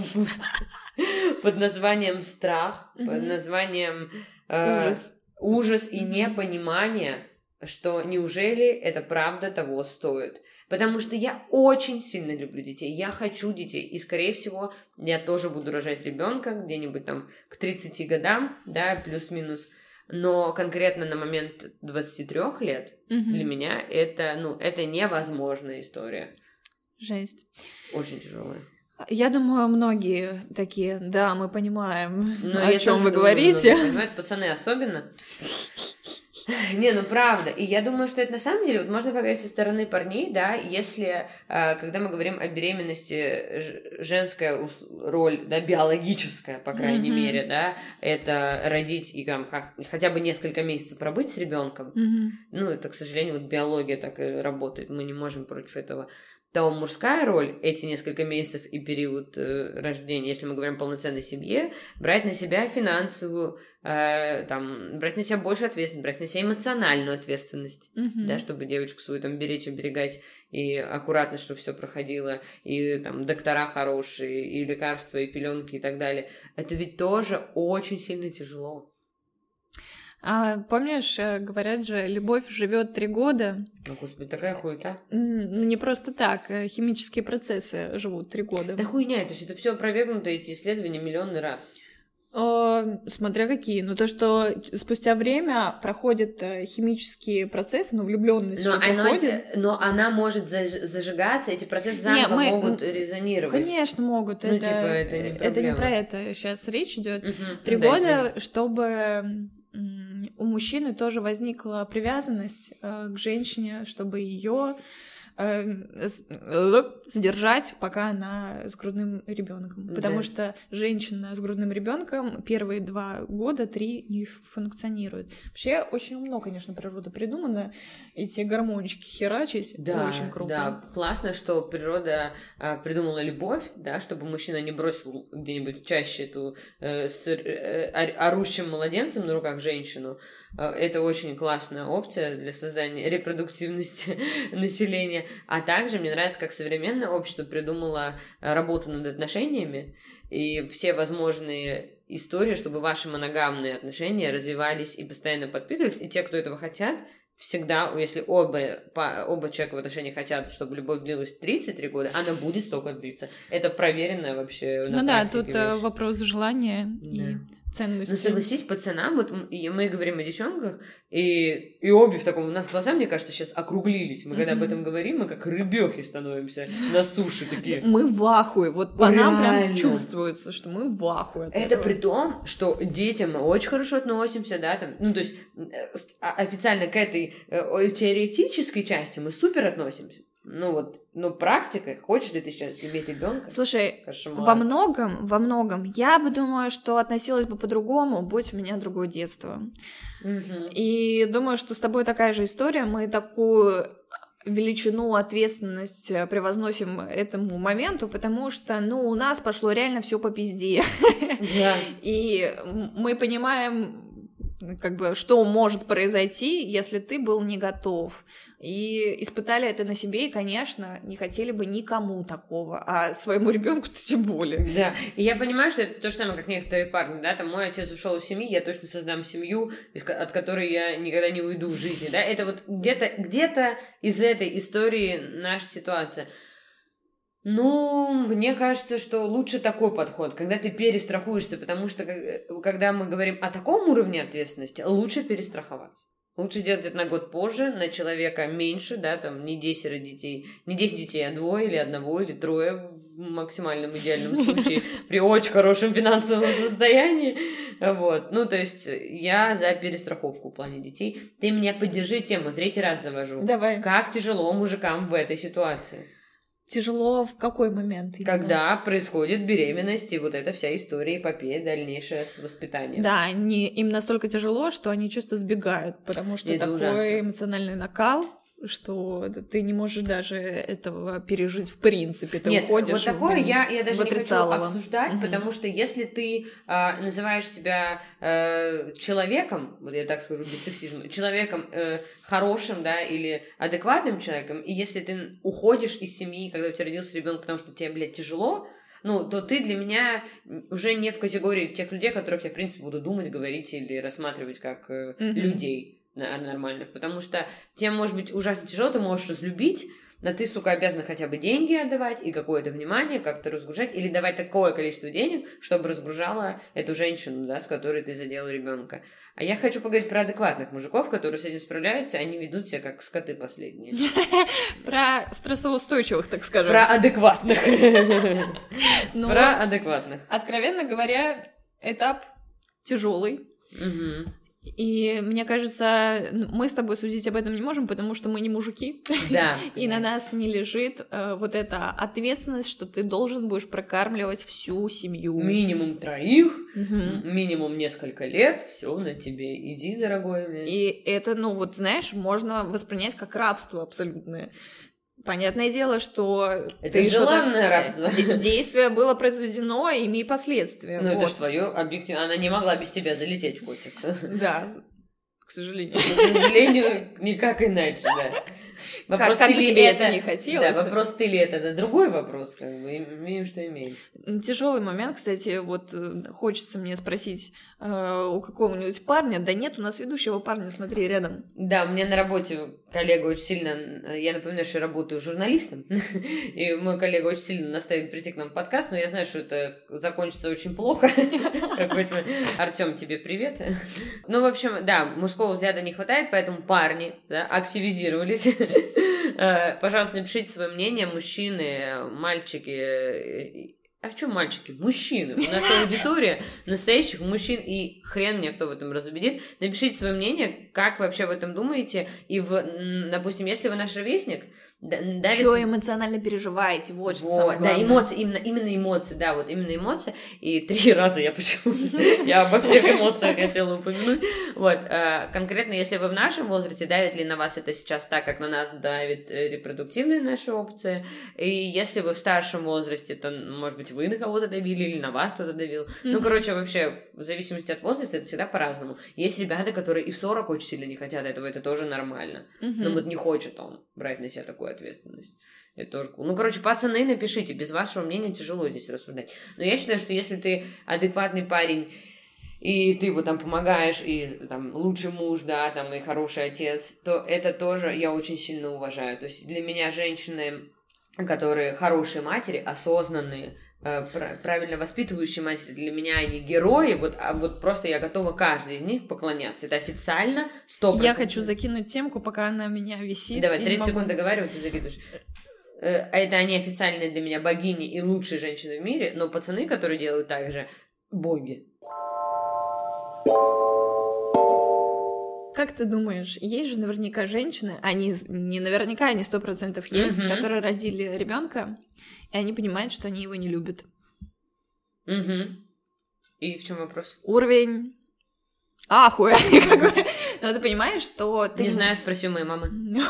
под названием страх, под Мгм. названием э, Ужас. ужас и Мгм. непонимание, что неужели это правда того стоит. Потому что я очень сильно люблю детей, я хочу детей, и, скорее всего, я тоже буду рожать ребенка где-нибудь там к тридцати годам, да, плюс-минус. Но конкретно на момент двадцати трёх лет Мгм. для меня это, ну, это невозможная история. Жесть. Очень тяжелая. Я думаю, многие такие: да, мы понимаем, Но о я чем тоже вы думаю, говорите. многие понимают, пацаны особенно. Не, ну правда. И я думаю, что это на самом деле, вот можно поговорить со стороны парней, да, если, э, когда мы говорим о беременности, ж- женская ус- роль, да, биологическая, по крайней Мгм. мере, да, это родить и там как- хотя бы несколько месяцев пробыть с ребенком. Мгм. Ну, это, к сожалению, вот биология так и работает, мы не можем против этого то мужская роль эти несколько месяцев и период э, рождения, если мы говорим о полноценной семье, брать на себя финансовую, э, там, брать на себя больше ответственность, брать на себя эмоциональную ответственность, mm-hmm. да, чтобы девочку свою там беречь, оберегать, и аккуратно, чтобы все проходило, и там доктора хорошие, и лекарства, и пеленки, и так далее. Это ведь тоже очень сильно тяжело. А помнишь, говорят же, любовь живет три года. О, Господи, такая хуета. Ну, не просто так. Химические процессы живут три года. Да хуйня, то есть это все опровергнуто, эти исследования миллионный раз. О, смотря какие. Ну, то, что спустя время проходят химические процессы, ну, влюбленность но же проходит. Но она может зажигаться, эти процессы заново не, мы... могут резонировать. Конечно, могут. Ну, это, типа, это не проблема. Это не про это сейчас речь идет. Угу. Три ну, года, да, чтобы у мужчины тоже возникла привязанность э, к женщине, чтобы ее э, сдержать, пока она с грудным ребенком. Да. Потому что женщина с грудным ребенком первые два года, три не функционирует. Вообще очень умно, конечно, природа придумана. Эти гормончики херачить, да, очень круто. Да, классно, что природа а, придумала любовь, да, чтобы мужчина не бросил где-нибудь чаще эту э, с э, орущим младенцем на руках женщину. Это очень классная опция для создания репродуктивности населения. А также мне нравится, как современное общество придумало работу над отношениями и все возможные истории, чтобы ваши моногамные отношения развивались и постоянно подпитывались. И те, кто этого хотят, всегда, если оба, по, оба человека в отношениях хотят, чтобы любовь длилась тридцать три года, она будет столько длиться. Это проверенное вообще на Ну да, тут вещь. Вопрос желания да. и ценности. Ну, согласись, пацанам, вот мы говорим о девчонках, и, и обе в таком, у нас глаза, мне кажется, сейчас округлились. Мы mm-hmm. когда об этом говорим, мы как рыбёхи становимся на суше такие. Мы в ахуе, вот по нам прям чувствуется, что мы в ахуе. Это при том, что детям мы очень хорошо относимся, да, там, ну, то есть официально к этой теоретической части мы супер относимся. Ну вот, ну практика, хочешь ли ты сейчас любить ребенка? Слушай, Кошмар. во многом, во многом, я бы думаю, что относилась бы по-другому, будь у меня другое детство. Угу. И думаю, что с тобой такая же история, мы такую величину, ответственность превозносим этому моменту, потому что, ну, у нас пошло реально все по пизде. Да. И мы понимаем, как бы, что может произойти, если ты был не готов. И испытали это на себе, и, конечно, не хотели бы никому такого, а своему ребенку-то тем более. Да, и я понимаю, что это то же самое, как некоторые парни, да, там, мой отец ушел из семьи, я точно создам семью, от которой я никогда не уйду в жизни, да, это вот где-то, где-то из этой истории наша ситуация. Ну, мне кажется, что лучше такой подход, когда ты перестрахуешься, потому что когда мы говорим о таком уровне ответственности, лучше перестраховаться. Лучше сделать это на год позже, на человека меньше, да, там, не десять детей, не десять детей, а двое или одного, или трое в максимальном идеальном случае, при очень хорошем финансовом состоянии, вот. Ну, то есть, я за перестраховку в плане детей. Ты меня поддержи тему, третий раз завожу. Давай. Как тяжело мужикам в этой ситуации? Тяжело в какой момент? Именно? Когда происходит беременность и вот эта вся история, эпопея дальнейшая с воспитанием. Да, они, им настолько тяжело, что они часто сбегают, потому что это такой ужасно. Эмоциональный накал, что ты не можешь даже этого пережить в принципе. Ты Нет, уходишь вот такое в, я, я даже в не хочу обсуждать, угу. потому что если ты э, называешь себя э, человеком, вот я так скажу без сексизма, человеком э, хорошим, да, или адекватным человеком, и если ты уходишь из семьи, когда у тебя родился ребенок, потому что тебе, блядь, тяжело, ну, то ты для меня уже не в категории тех людей, о которых я, в принципе, буду думать, говорить или рассматривать как э, mm-hmm. людей нормальных, потому что тебе, может быть, ужасно тяжело, ты можешь разлюбить, но ты, сука, обязана хотя бы деньги отдавать и какое-то внимание, как-то разгружать, или давать такое количество денег, чтобы разгружала эту женщину, да, с которой ты задела ребенка. А я хочу поговорить про адекватных мужиков, которые с этим справляются, они ведут себя как скоты последние. Про стрессоустойчивых, так скажем. Про адекватных. Про адекватных. Откровенно говоря, этап тяжелый. И мне кажется, мы с тобой судить об этом не можем, потому что мы не мужики. Да. И на нас не лежит э, вот эта ответственность, что ты должен будешь прокармливать всю семью. Минимум троих, угу. минимум несколько лет, все на тебе. Иди, дорогой. Блядь. И это, ну вот, знаешь, можно воспринять как рабство абсолютное. Понятное дело, что это ты желанное рабство. Действие было произведено, имеет последствия. Ну, вот. это ж твое объективно. Она не могла без тебя залететь в котик. Да, к сожалению. К сожалению, никак иначе, да. Вопрос, как, как бы тебе это не хотелось. Да, вопрос, ты ли это, это другой вопрос, как бы, имеем, что имеем. Тяжелый момент, кстати, вот хочется мне спросить э, у какого-нибудь парня, да нет, у нас ведущего парня, смотри, рядом. Да, у меня на работе коллега очень сильно, я напоминаю, что я работаю журналистом, и мой коллега очень сильно наставит прийти к нам в подкаст, но я знаю, что это закончится очень плохо. Артём, тебе привет. Ну, в общем, да, мужского взгляда не хватает, поэтому парни, да, активизировались. Пожалуйста, напишите свое мнение, мужчины, мальчики. А что мальчики? Мужчины. У нас аудитория настоящих мужчин, и хрен мне кто в этом разубедит. Напишите свое мнение, как вы вообще об этом думаете. И, в, допустим, если вы наш ровесник, давит... Что эмоционально переживаете, вот что самое главное. Да, эмоции, именно, именно эмоции, да, вот именно эмоции. И три раза я почему я обо всех эмоциях хотела упомянуть. Вот, конкретно, если вы в нашем возрасте, давит ли на вас это сейчас так, как на нас давит репродуктивные наши опции? И если вы в старшем возрасте, то, может быть, вы на кого-то давили или на вас кто-то давил. Ну, короче, вообще, в зависимости от возраста, это всегда по-разному. Есть ребята, которые и в сорок очень сильно не хотят этого, это тоже нормально. Но вот не хочет он брать на себя такое ответственность. Это тоже cool. Ну, короче, пацаны, напишите. Без вашего мнения тяжело здесь рассуждать. Но я считаю, что если ты адекватный парень, и ты его там помогаешь, и там лучший муж, да, там и хороший отец, то это тоже я очень сильно уважаю. То есть для меня женщины, которые хорошие матери, осознанные, правильно воспитывающие матери, для меня они герои, вот, а вот просто я готова каждой из них поклоняться. Это официально сто процентов. Я хочу закинуть темку, пока она меня висит. Давай, тридцать секунд договариваю, ты закидываешь. Это они официальные для меня богини и лучшие женщины в мире, но пацаны, которые делают так же, боги. Как ты думаешь, есть же наверняка женщины, они не наверняка, они сто процентов есть, mm-hmm. которые родили ребенка, и они понимают, что они его не любят. Угу. И в чем вопрос? Уровень ахуя какой. Но ты понимаешь, что ты... Не знаю, спроси у моей мамы.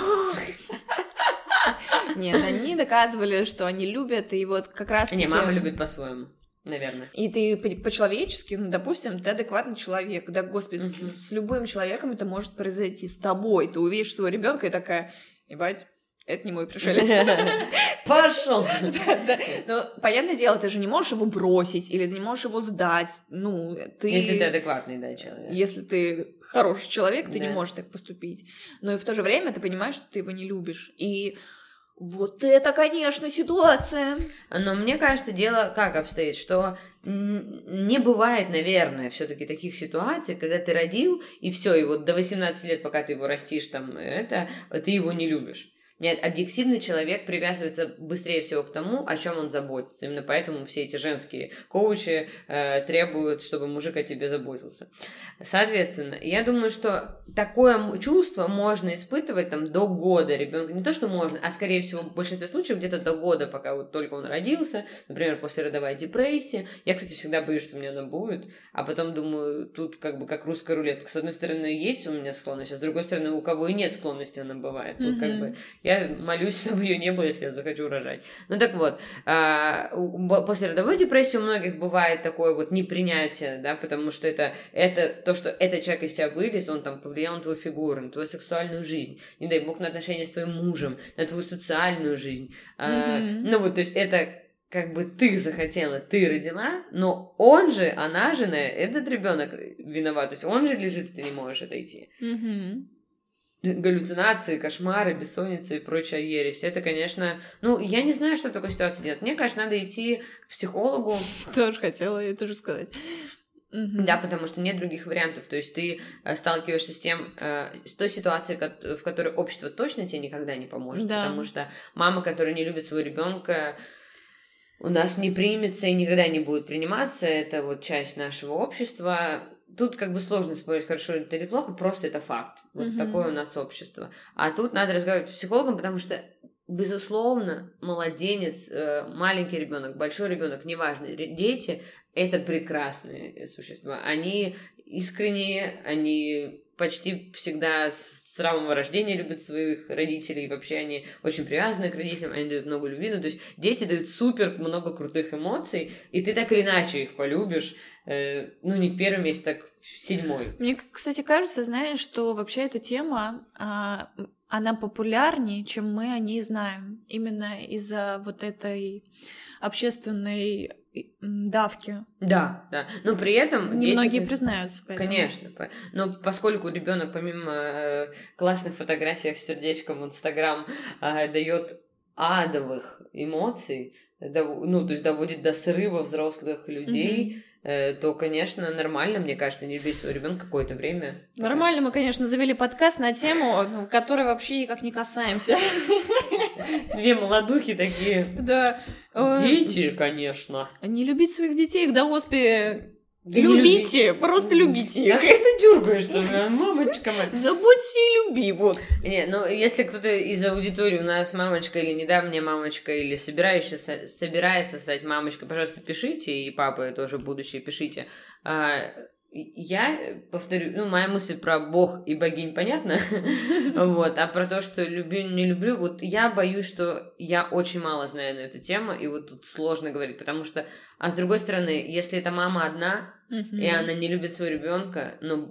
Нет, они доказывали, что они любят, и вот как раз... Не, мама любит по-своему. Наверное. И ты по-человечески, ну, допустим, ты адекватный человек. Да, господи, uh-huh. с, с любым человеком это может произойти. С тобой. Ты увидишь своего ребенка и такая, ебать, это не мой пришелец. Пошел. Ну, понятное дело, ты же не можешь его бросить, или ты не можешь его сдать. Ну, ты... Если ты адекватный, да, человек. Если ты хороший человек, ты не можешь так поступить. Но и в то же время ты понимаешь, что ты его не любишь. И вот это, конечно, ситуация. Но мне кажется, дело как обстоит, что не бывает, наверное, все-таки таких ситуаций, когда ты родил, и все, и вот до восемнадцати лет, пока ты его растишь, там, это, ты его не любишь. Нет, объективный человек привязывается быстрее всего к тому, о чем он заботится. Именно поэтому все эти женские коучи э, требуют, чтобы мужик о тебе заботился. Соответственно, я думаю, что такое чувство можно испытывать там до года ребенка. Не то, что можно, а скорее всего в большинстве случаев где-то до года, пока вот только он родился, например, послеродовая депрессия. Я, кстати, всегда боюсь, что у меня она будет, а потом думаю, тут как бы как русская рулетка. С одной стороны, есть у меня склонность, а с другой стороны, у кого и нет склонности, она бывает. Тут mm-hmm. как бы я молюсь, чтобы ее не было, если я захочу рожать. Ну так вот, после родовой депрессии у многих бывает такое вот непринятие, да, потому что это, это то, что этот человек из тебя вылез, он там повлиял на твою фигуру, на твою сексуальную жизнь, не дай бог, на отношения с твоим мужем, на твою социальную жизнь. Mm-hmm. Ну вот, то есть это как бы ты захотела, ты родила, но он же, она же, этот ребенок виноват, то есть он же лежит, и ты не можешь отойти. Mm-hmm. Галлюцинации, кошмары, бессонница и прочая ересь. Это, конечно... Ну, я не знаю, что в такой ситуации делать. Мне, конечно, надо идти к психологу. Тоже хотела это же сказать. Да, потому что нет других вариантов. То есть ты сталкиваешься с тем, с той ситуацией, в которой общество точно тебе никогда не поможет. Да. Потому что мама, которая не любит своего ребенка, у нас не примется и никогда не будет приниматься. Это вот часть нашего общества. Тут как бы сложно спорить, хорошо это или плохо, просто это факт. Вот mm-hmm. такое у нас общество. А тут надо разговаривать с психологом, потому что, безусловно, младенец, маленький ребенок, большой ребенок, неважно, дети — это прекрасные существа. Они искренние, они почти всегда с самого рождения любят своих родителей, вообще они очень привязаны к родителям, они дают много любви, ну, то есть дети дают супер много крутых эмоций, и ты так или иначе их полюбишь, э, ну, не в первом месяце, так в седьмой. Мне, кстати, кажется, знаешь, что вообще эта тема, а, она популярнее, чем мы о ней знаем, именно из-за вот этой общественной давки. Да, да. Но при этом немногие дети... признаются. Поэтому. Конечно. Но поскольку ребенок помимо э, классных фотографий с сердечком в Инстаграм э, дает адовых эмоций, дов... ну, то есть доводит до срыва взрослых людей, mm-hmm. э, то, конечно, нормально, мне кажется, не любить своего ребенка какое-то время. Нормально, мы, конечно, завели подкаст на тему, которой вообще никак не касаемся. Две молодухи такие. Да. Дети, конечно. Не любить своих детей, да, господи. Да любите, люби. Просто любите их. А как ты дергаешься, мамочка моя? Забудься и люби, вот. Не, ну, если кто-то из аудитории у нас мамочка или недавняя мамочка, или собирающаяся, собирается стать мамочкой, пожалуйста, пишите, и папы тоже будущие пишите. Я повторю, ну, моя мысль про бог и богинь понятна, вот, а про то, что люблю, не люблю, вот я боюсь, что я очень мало знаю на эту тему, и вот тут сложно говорить, потому что, а с другой стороны, если эта мама одна, и она не любит своего ребенка, ну,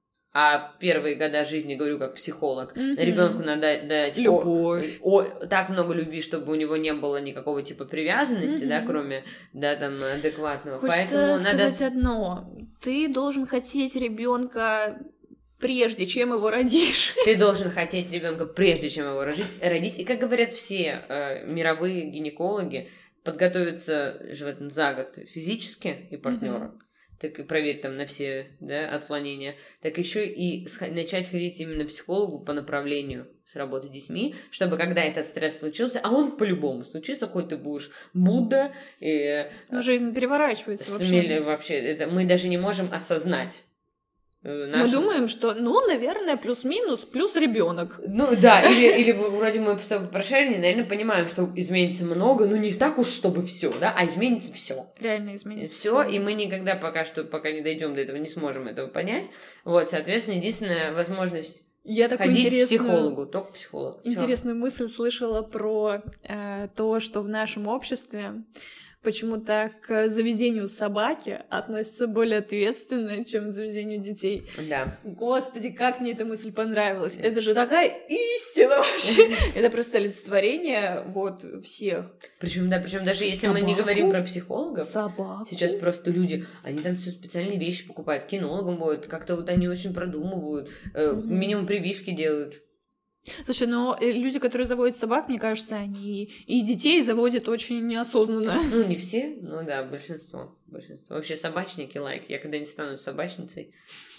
а первые года жизни, говорю как психолог, mm-hmm. ребенку надо дать любовь. О, о, так много любви, чтобы у него не было никакого типа привязанности, mm-hmm. да, кроме, да, там, адекватного. Хочется Поэтому сказать надо... одно. Ты должен хотеть ребенка прежде, чем его родишь. Ты должен хотеть ребенка прежде, чем его родить. И как говорят все э, мировые гинекологи, подготовиться желательно за год физически и партнера. Mm-hmm. Так и проверить там на все, да, отклонения, так еще и начать ходить именно к психологу по направлению с работы с детьми, чтобы когда этот стресс случился, а он по-любому случится, хоть ты будешь Будда. И, Но жизнь переворачивается вообще. вообще это мы даже не можем осознать. Нашим... Мы думаем, что, ну, наверное, плюс-минус, плюс ребенок. Ну да, или, или вроде мы с тобой прошарили, наверное, понимаем, что изменится много, но не так уж, чтобы все, да, а изменится все. Реально изменится все. И мы никогда пока что, пока не дойдем до этого, не сможем этого понять. Вот, соответственно, единственная возможность Я ходить к психологу, только к психологу. Интересную Чё? мысль слышала про э, то, что в нашем обществе почему-то к заведению собаки относятся более ответственно, чем к заведению детей. Да. Господи, как мне эта мысль понравилась. Это же такая истина вообще. Это просто олицетворение вот всех. Причем, да, причем даже если мы не говорим про психологов, собаку. Сейчас просто люди, они там все специальные вещи покупают, кинологам будут, как-то вот они очень продумывают, минимум прививки делают. Слушай, но люди, которые заводят собак, мне кажется, они и детей заводят очень неосознанно. Ну, не все, ну да, большинство. большинство. Вообще собачники лайк. Я когда-нибудь стану собачницей.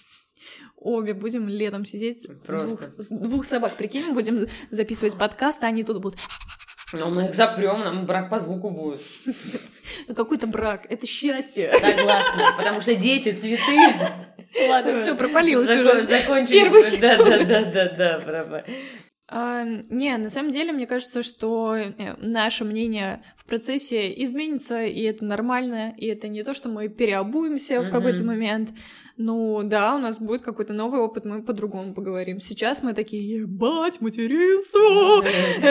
Обе будем летом сидеть. Просто. Двух, двух собак, прикинь, будем записывать подкаст, а они тут будут... Ну, мы их запрем, нам брак по звуку будет. Какой-то брак, это счастье. Согласна, потому что дети, цветы... Ладно, все пропалилось уже. Закончили. Первый секунд. Да, да, да, да, да. А, не, на самом деле, мне кажется, что наше мнение в процессе изменится, и это нормально, и это не то, что мы переобуемся mm-hmm. в какой-то момент. Ну да, у нас будет какой-то новый опыт, мы по-другому поговорим. Сейчас мы такие, ебать, материнство!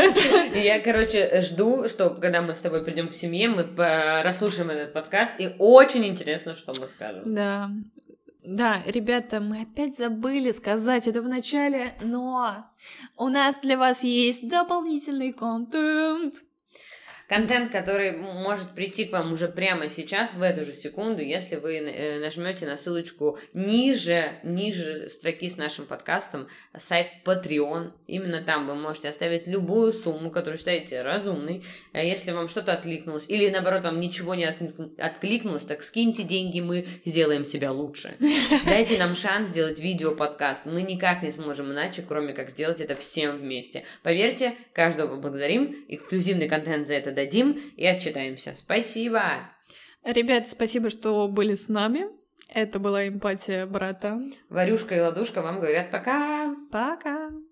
Я, короче, жду, что когда мы с тобой придем к семье, мы расслушаем этот подкаст, и очень интересно, что мы скажем. Да. Да, ребята, мы опять забыли сказать это в начале, но у нас для вас есть дополнительный контент. Контент, который может прийти к вам уже прямо сейчас, в эту же секунду, если вы нажмете на ссылочку ниже, ниже строки с нашим подкастом, сайт Patreon. Именно там вы можете оставить любую сумму, которую считаете разумной. Если вам что-то откликнулось, или наоборот, вам ничего не откликнулось, так скиньте деньги, мы сделаем себя лучше. Дайте нам шанс сделать видео-подкаст. Мы никак не сможем иначе, кроме как сделать это всем вместе. Поверьте, каждого поблагодарим, эксклюзивный контент за это дадим и отчитаемся. Спасибо! Ребят, спасибо, что были с нами. Это была эмпатия брата. Варюшка и Ладушка вам говорят пока! Пока!